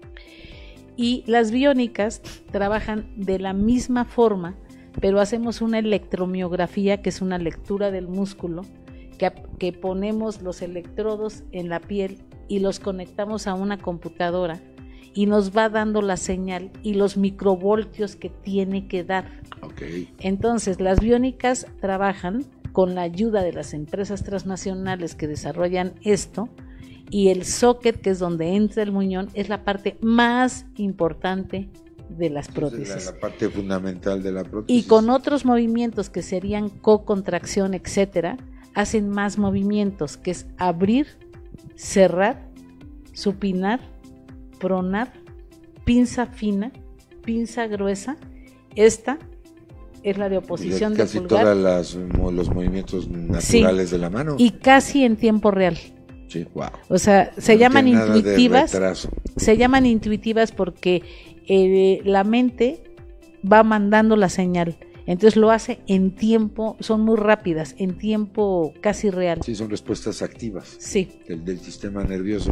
Speaker 2: Y las biónicas trabajan de la misma forma, pero hacemos una electromiografía, que es una lectura del músculo, que ponemos los electrodos en la piel y los conectamos a una computadora y nos va dando la señal y los microvoltios que tiene que dar.
Speaker 1: Okay.
Speaker 2: Entonces, las biónicas trabajan con la ayuda de las empresas transnacionales que desarrollan esto, y el socket, que es donde entra el muñón, es la parte más importante de las prótesis.
Speaker 1: La parte fundamental de la prótesis.
Speaker 2: Y con otros movimientos que serían co-contracción, etcétera, hacen más movimientos, que es abrir, cerrar, supinar, pronar, pinza fina, pinza gruesa. Esta es la de oposición de pulgar.
Speaker 1: Casi todos los movimientos naturales de la mano.
Speaker 2: Y casi en tiempo real.
Speaker 1: Sí, wow.
Speaker 2: O sea, se llaman intuitivas. Se llaman intuitivas porque la mente va mandando la señal. Entonces lo hace en tiempo, son muy rápidas, en tiempo casi real.
Speaker 1: Sí, son respuestas activas.
Speaker 2: Sí.
Speaker 1: Del sistema nervioso.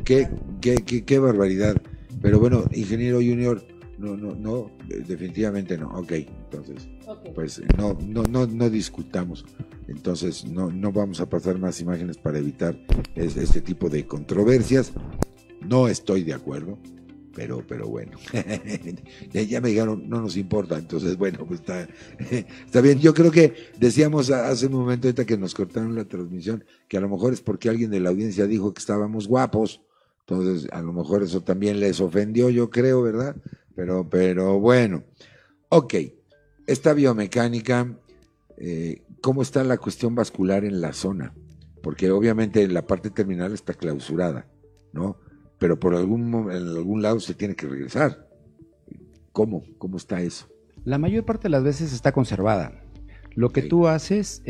Speaker 1: Qué barbaridad. Pero bueno, ingeniero Junior, no, definitivamente no. Ok, entonces, pues no discutamos. Entonces, no vamos a pasar más imágenes para evitar este tipo de controversias. No estoy de acuerdo, pero bueno. Ya me dijeron, no nos importa. Entonces, bueno, pues está bien. Yo creo que decíamos hace un momento, ahorita que nos cortaron la transmisión, que a lo mejor es porque alguien de la audiencia dijo que estábamos guapos. Entonces, a lo mejor eso también les ofendió, yo creo, ¿verdad? Pero bueno. Ok, esta biomecánica, ¿cómo está la cuestión vascular en la zona? Porque obviamente la parte terminal está clausurada, ¿no? Pero en algún lado se tiene que regresar. ¿Cómo está eso?
Speaker 3: La mayor parte de las veces está conservada. Lo que tú haces,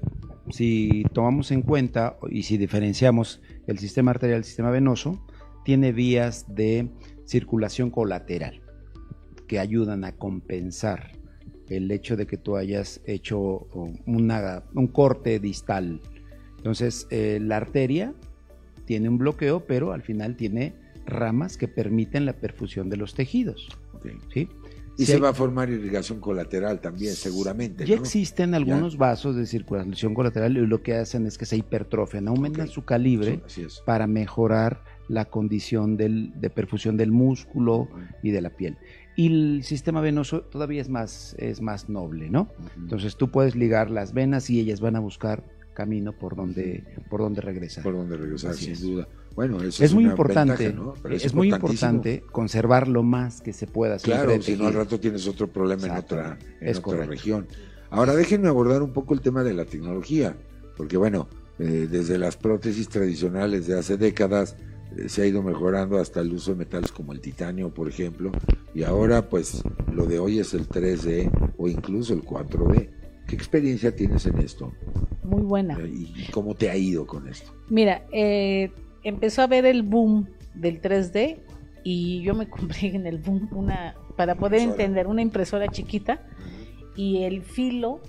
Speaker 3: si tomamos en cuenta y si diferenciamos el sistema arterial del sistema venoso, tiene vías de circulación colateral que ayudan a compensar el hecho de que tú hayas hecho un corte distal. Entonces, la arteria tiene un bloqueo, pero al final tiene ramas que permiten la perfusión de los tejidos.
Speaker 1: Okay.
Speaker 3: ¿Sí?
Speaker 1: Y se va a formar irrigación colateral también, seguramente,
Speaker 3: ya
Speaker 1: ¿no?
Speaker 3: Existen algunos vasos de circulación colateral y lo que hacen es que se hipertrofian, aumentan su calibre para mejorar la condición de perfusión del músculo y de la piel. Y el sistema venoso todavía es más noble, ¿no? Entonces tú puedes ligar las venas y ellas van a buscar camino por donde regresar.
Speaker 1: Por donde regresar, sin duda. Bueno, eso
Speaker 3: es muy
Speaker 1: una
Speaker 3: importante,
Speaker 1: ventaja, ¿no? Pero
Speaker 3: es muy importante conservar lo más que se pueda.
Speaker 1: Claro, si no al rato tienes otro problema en otra región. Ahora déjenme abordar un poco el tema de la tecnología, porque bueno, desde las prótesis tradicionales de hace décadas se ha ido mejorando hasta el uso de metales como el titanio, por ejemplo, y ahora pues lo de hoy es el 3D o incluso el 4D. ¿Qué experiencia tienes en esto?
Speaker 2: Muy buena.
Speaker 1: ¿Y cómo te ha ido con esto?
Speaker 2: Mira, empezó a haber el boom del 3D y yo me compré en el boom para poder entender, una impresora chiquita, y el filo,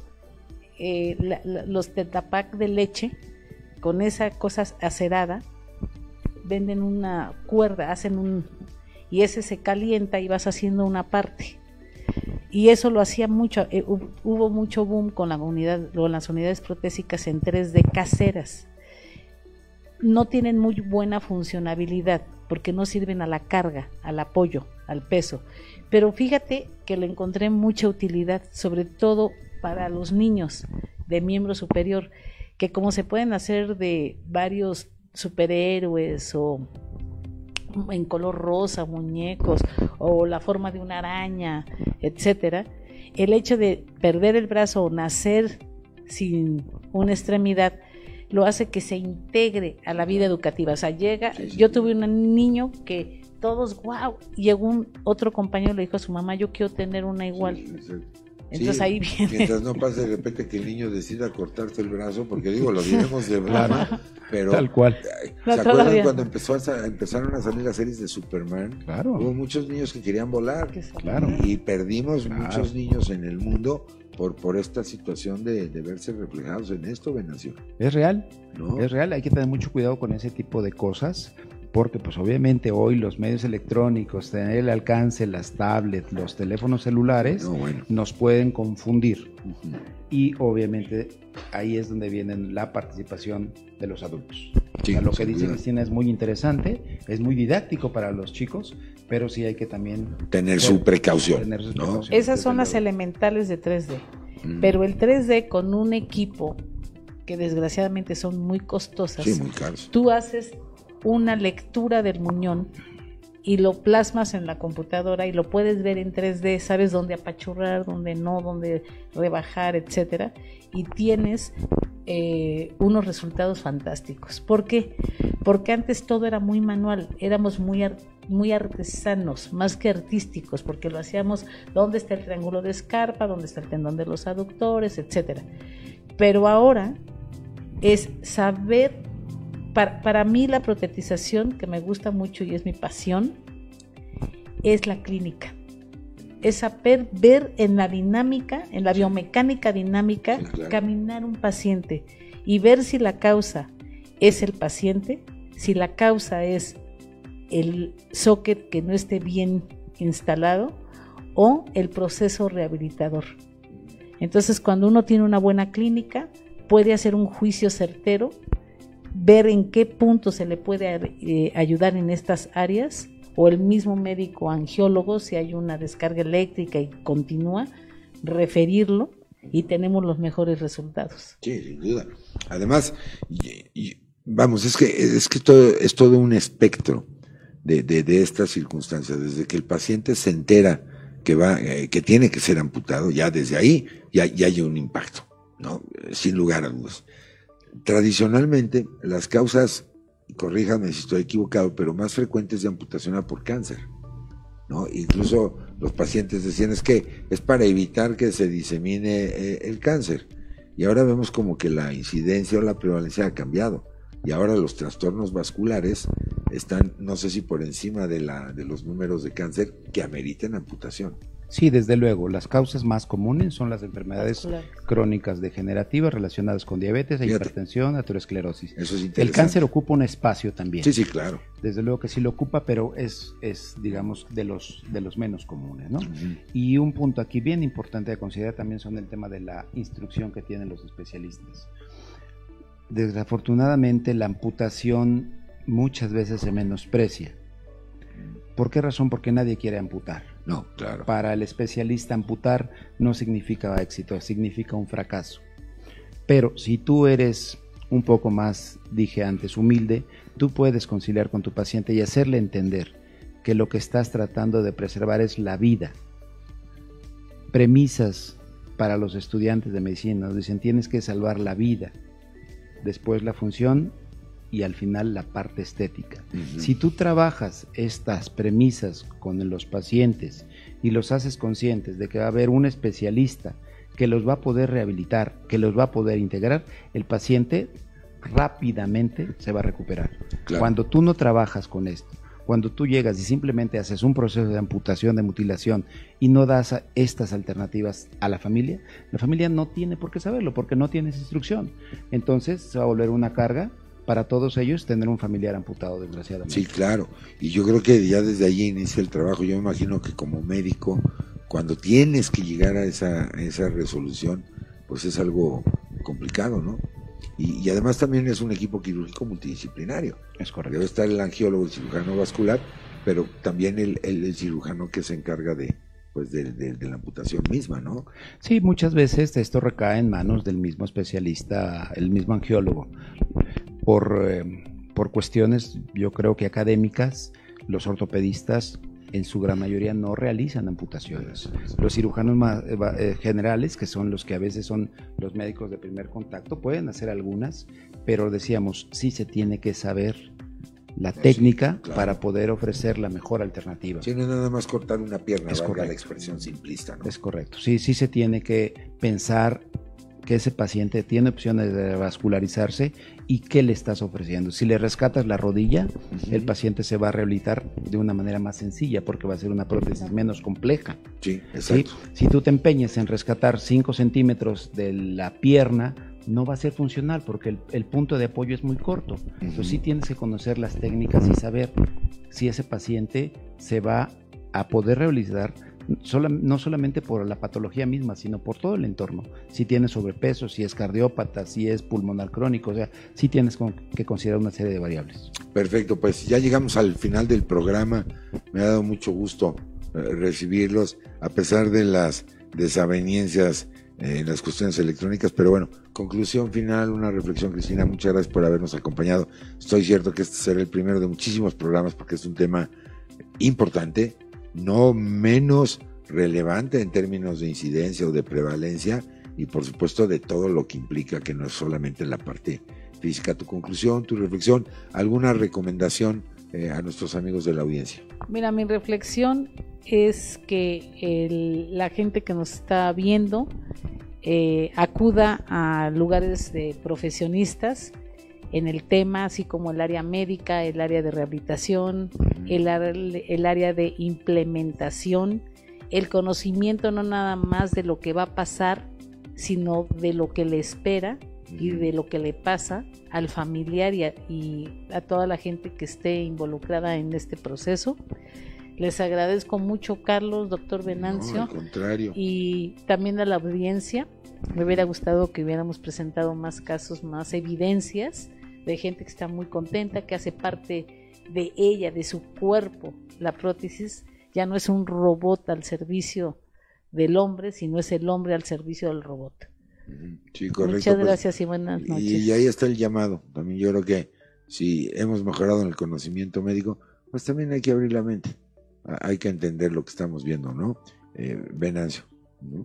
Speaker 2: los Tetrapack de leche, con esa cosa acerada, venden una cuerda, y ese se calienta y vas haciendo una parte. Y eso lo hacía mucho, hubo mucho boom con las unidades protésicas en 3D caseras. No tienen muy buena funcionabilidad porque no sirven a la carga, al apoyo, al peso. Pero fíjate que le encontré mucha utilidad, sobre todo para los niños de miembro superior, que como se pueden hacer de varios superhéroes o en color rosa, muñecos, o la forma de una araña, etcétera, el hecho de perder el brazo o nacer sin una extremidad lo hace que se integre a la vida educativa. O sea, yo tuve un niño que todos, wow, llegó otro compañero, le dijo a su mamá, yo quiero tener una igual. Entonces ahí viene.
Speaker 1: Mientras no pase de repente que el niño decida cortarse el brazo, porque digo, lo diremos de broma, pero
Speaker 3: tal cual.
Speaker 1: ¿Se acuerdan cuando empezaron a salir las series de Superman?
Speaker 3: Claro.
Speaker 1: Hubo muchos niños que querían volar,
Speaker 3: claro,
Speaker 1: y perdimos muchos niños en el mundo por esta situación de verse reflejados en esto, Venancio.
Speaker 3: Es real,
Speaker 1: ¿no?
Speaker 3: Es real, hay que tener mucho cuidado con ese tipo de cosas, porque pues obviamente hoy los medios electrónicos, tener el alcance, las tablets, los teléfonos celulares, nos pueden confundir. Y obviamente ahí es donde viene la participación de los adultos. Sí, lo que dice Cristina es muy interesante, es muy didáctico para los chicos, pero sí hay que también
Speaker 1: tener su precaución.
Speaker 2: Esas son las elementales de 3D, pero el 3D con un equipo que desgraciadamente son muy costosas,
Speaker 1: muy caros.
Speaker 2: Tú haces una lectura del muñón y lo plasmas en la computadora y lo puedes ver en 3D, sabes dónde apachurrar, dónde no, dónde rebajar, etcétera, y tienes unos resultados fantásticos. ¿Por qué? Porque antes todo era muy manual, éramos muy artesanos, más que artísticos, porque lo hacíamos, dónde está el triángulo de Scarpa, dónde está el tendón de los aductores, etcétera. Pero ahora es saber. Para mí la protetización, que me gusta mucho y es mi pasión, es la clínica. Es saber ver en la dinámica, en la biomecánica dinámica, caminar un paciente y ver si la causa es el paciente, si la causa es el socket que no esté bien instalado o el proceso rehabilitador. Entonces, cuando uno tiene una buena clínica, puede hacer un juicio certero, ver en qué punto se le puede ayudar en estas áreas, o el mismo médico angiólogo, si hay una descarga eléctrica y continúa, referirlo y tenemos los mejores resultados.
Speaker 1: Sí, sin duda. Además, vamos, es que todo es todo un espectro de estas circunstancias, desde que el paciente se entera que tiene que ser amputado, ya desde ahí ya hay un impacto, ¿no? Sin lugar a dudas. Tradicionalmente, las causas, corríjame si estoy equivocado, pero más frecuentes de amputación era por cáncer, ¿no? Incluso los pacientes decían es para evitar que se disemine el cáncer. Y ahora vemos como que la incidencia o la prevalencia ha cambiado. Y ahora los trastornos vasculares están, no sé si por encima de los números de cáncer que ameriten amputación.
Speaker 3: Sí, desde luego. Las causas más comunes son las enfermedades crónicas degenerativas relacionadas con diabetes, hipertensión, aterosclerosis.
Speaker 1: Eso es interesante.
Speaker 3: El cáncer ocupa un espacio también.
Speaker 1: Sí, claro.
Speaker 3: Desde luego que sí lo ocupa, pero es digamos, de los menos comunes, ¿no? Y un punto aquí bien importante de considerar también son el tema de la instrucción que tienen los especialistas. Desafortunadamente, la amputación muchas veces se menosprecia. ¿Por qué razón? Porque nadie quiere amputar.
Speaker 1: No, claro.
Speaker 3: Para el especialista, amputar no significa éxito, significa un fracaso. Pero si tú eres un poco más, dije antes, humilde, tú puedes conciliar con tu paciente y hacerle entender que lo que estás tratando de preservar es la vida. Premisas para los estudiantes de medicina, nos dicen tienes que salvar la vida, después la función y al final la parte estética. Si tú trabajas estas premisas con los pacientes y los haces conscientes de que va a haber un especialista que los va a poder rehabilitar, que los va a poder integrar, el paciente rápidamente se va a recuperar. Claro. Cuando tú no trabajas con esto, cuando tú llegas y simplemente haces un proceso de amputación, de mutilación y no das estas alternativas a la familia no tiene por qué saberlo porque no tienes instrucción. Entonces se va a volver una carga para todos ellos tener un familiar amputado, desgraciadamente.
Speaker 1: Sí, claro. Y yo creo que ya desde allí inicia el trabajo. Yo me imagino que como médico, cuando tienes que llegar a esa resolución, pues es algo complicado, ¿no? Y además también es un equipo quirúrgico multidisciplinario.
Speaker 3: Es correcto.
Speaker 1: Debe estar el angiólogo, el cirujano vascular, pero también el cirujano que se encarga de la amputación misma, ¿no?
Speaker 3: Sí, muchas veces esto recae en manos del mismo especialista, el mismo angiólogo. Por cuestiones, yo creo que académicas, los ortopedistas en su gran mayoría no realizan amputaciones. Los cirujanos generales, que son los que a veces son los médicos de primer contacto, pueden hacer algunas, pero decíamos, sí se tiene que saber la técnica, claro, para poder ofrecer la mejor alternativa.
Speaker 1: Sí, no es nada más cortar una pierna,
Speaker 3: es
Speaker 1: valga la expresión simplista, ¿no?
Speaker 3: Es correcto, sí se tiene que pensar que ese paciente tiene opciones de vascularizarse y qué le estás ofreciendo. Si le rescatas la rodilla, el paciente se va a rehabilitar de una manera más sencilla porque va a ser una prótesis menos compleja.
Speaker 1: Sí, exacto.
Speaker 3: ¿Sí? Si tú te empeñas en rescatar 5 centímetros de la pierna, no va a ser funcional porque el punto de apoyo es muy corto. Entonces sí tienes que conocer las técnicas y saber si ese paciente se va a poder rehabilitar no solamente por la patología misma, sino por todo el entorno. Si tiene sobrepeso, si es cardiópata, si es pulmonar crónico, o sea, sí tienes que considerar una serie de variables.
Speaker 1: Perfecto, pues ya llegamos al final del programa. Me ha dado mucho gusto recibirlos, a pesar de las desavenencias en las cuestiones electrónicas, pero bueno, conclusión final, una reflexión, Cristina, muchas gracias por habernos acompañado. Estoy cierto que este será el primero de muchísimos programas porque es un tema importante, no menos relevante en términos de incidencia o de prevalencia y por supuesto de todo lo que implica, que no es solamente la parte física. Tu conclusión, tu reflexión, alguna recomendación a nuestros amigos de la audiencia.
Speaker 2: Mira, mi reflexión es que la gente que nos está viendo acuda a lugares de profesionistas en el tema, así como el área médica, el área de rehabilitación, el área de implementación, el conocimiento no nada más de lo que va a pasar, sino de lo que le espera y de lo que le pasa al familiar y a toda la gente que esté involucrada en este proceso. Les agradezco mucho, Carlos, doctor Venancio.
Speaker 1: No, al contrario.
Speaker 2: Y también a la audiencia. Me hubiera gustado que hubiéramos presentado más casos, más evidencias de gente que está muy contenta, que hace parte de ella, de su cuerpo. La prótesis ya no es un robot al servicio del hombre, sino es el hombre al servicio del robot.
Speaker 1: Sí, correcto.
Speaker 2: Muchas gracias y buenas noches.
Speaker 1: Y ahí está el llamado. También yo creo que si hemos mejorado en el conocimiento médico, pues también hay que abrir la mente. Hay que entender lo que estamos viendo, ¿no? Venancio, ¿no?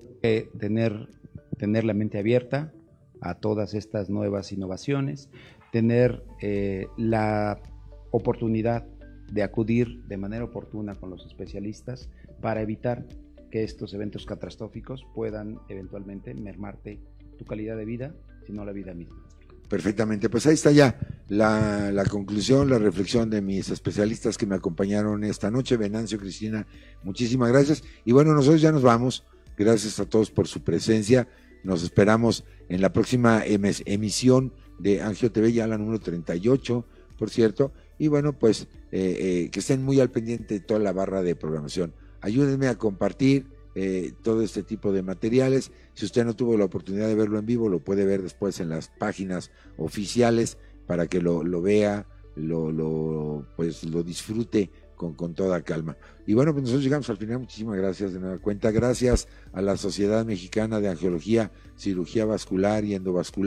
Speaker 3: Tener la mente abierta a todas estas nuevas innovaciones, tener la oportunidad de acudir de manera oportuna con los especialistas para evitar que estos eventos catastróficos puedan eventualmente mermarte tu calidad de vida, sino la vida misma.
Speaker 1: Perfectamente, pues ahí está ya la conclusión, la reflexión de mis especialistas que me acompañaron esta noche. Venancio, Cristina, muchísimas gracias. Y bueno, nosotros ya nos vamos. Gracias a todos por su presencia. Nos esperamos en la próxima emisión de Angio TV, ya la número 38, por cierto. Y bueno, pues que estén muy al pendiente de toda la barra de programación. Ayúdenme a compartir todo este tipo de materiales. Si usted no tuvo la oportunidad de verlo en vivo, lo puede ver después en las páginas oficiales para que lo vea, lo disfrute con toda calma. Y bueno, pues nosotros llegamos al final. Muchísimas gracias de nueva cuenta. Gracias a la Sociedad Mexicana de Angiología, Cirugía Vascular y Endovascular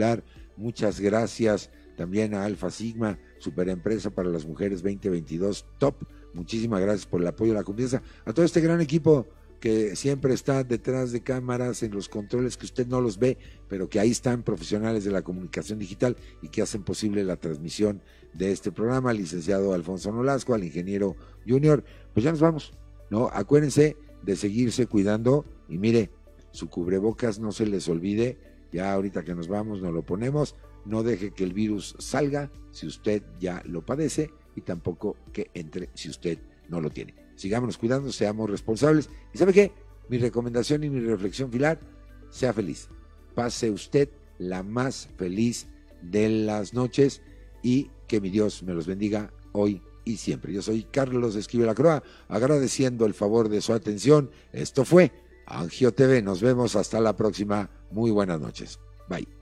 Speaker 1: Muchas gracias también a Alfa Sigma, Superempresa para las Mujeres 2022 Top. Muchísimas gracias por el apoyo y la confianza. A todo este gran equipo que siempre está detrás de cámaras, en los controles, que usted no los ve, pero que ahí están profesionales de la comunicación digital y que hacen posible la transmisión de este programa, al licenciado Alfonso Nolasco, al ingeniero Junior. Pues ya nos vamos, ¿no? Acuérdense de seguirse cuidando y mire, su cubrebocas no se les olvide, ya ahorita que nos vamos nos lo ponemos, no deje que el virus salga si usted ya lo padece y tampoco que entre si usted no lo tiene. Sigámonos cuidando, seamos responsables. ¿Y sabe qué? Mi recomendación y mi reflexión final, sea feliz. Pase usted la más feliz de las noches y que mi Dios me los bendiga hoy y siempre. Yo soy Carlos Esquivel Lacroa, agradeciendo el favor de su atención. Esto fue Angio TV. Nos vemos hasta la próxima. Muy buenas noches. Bye.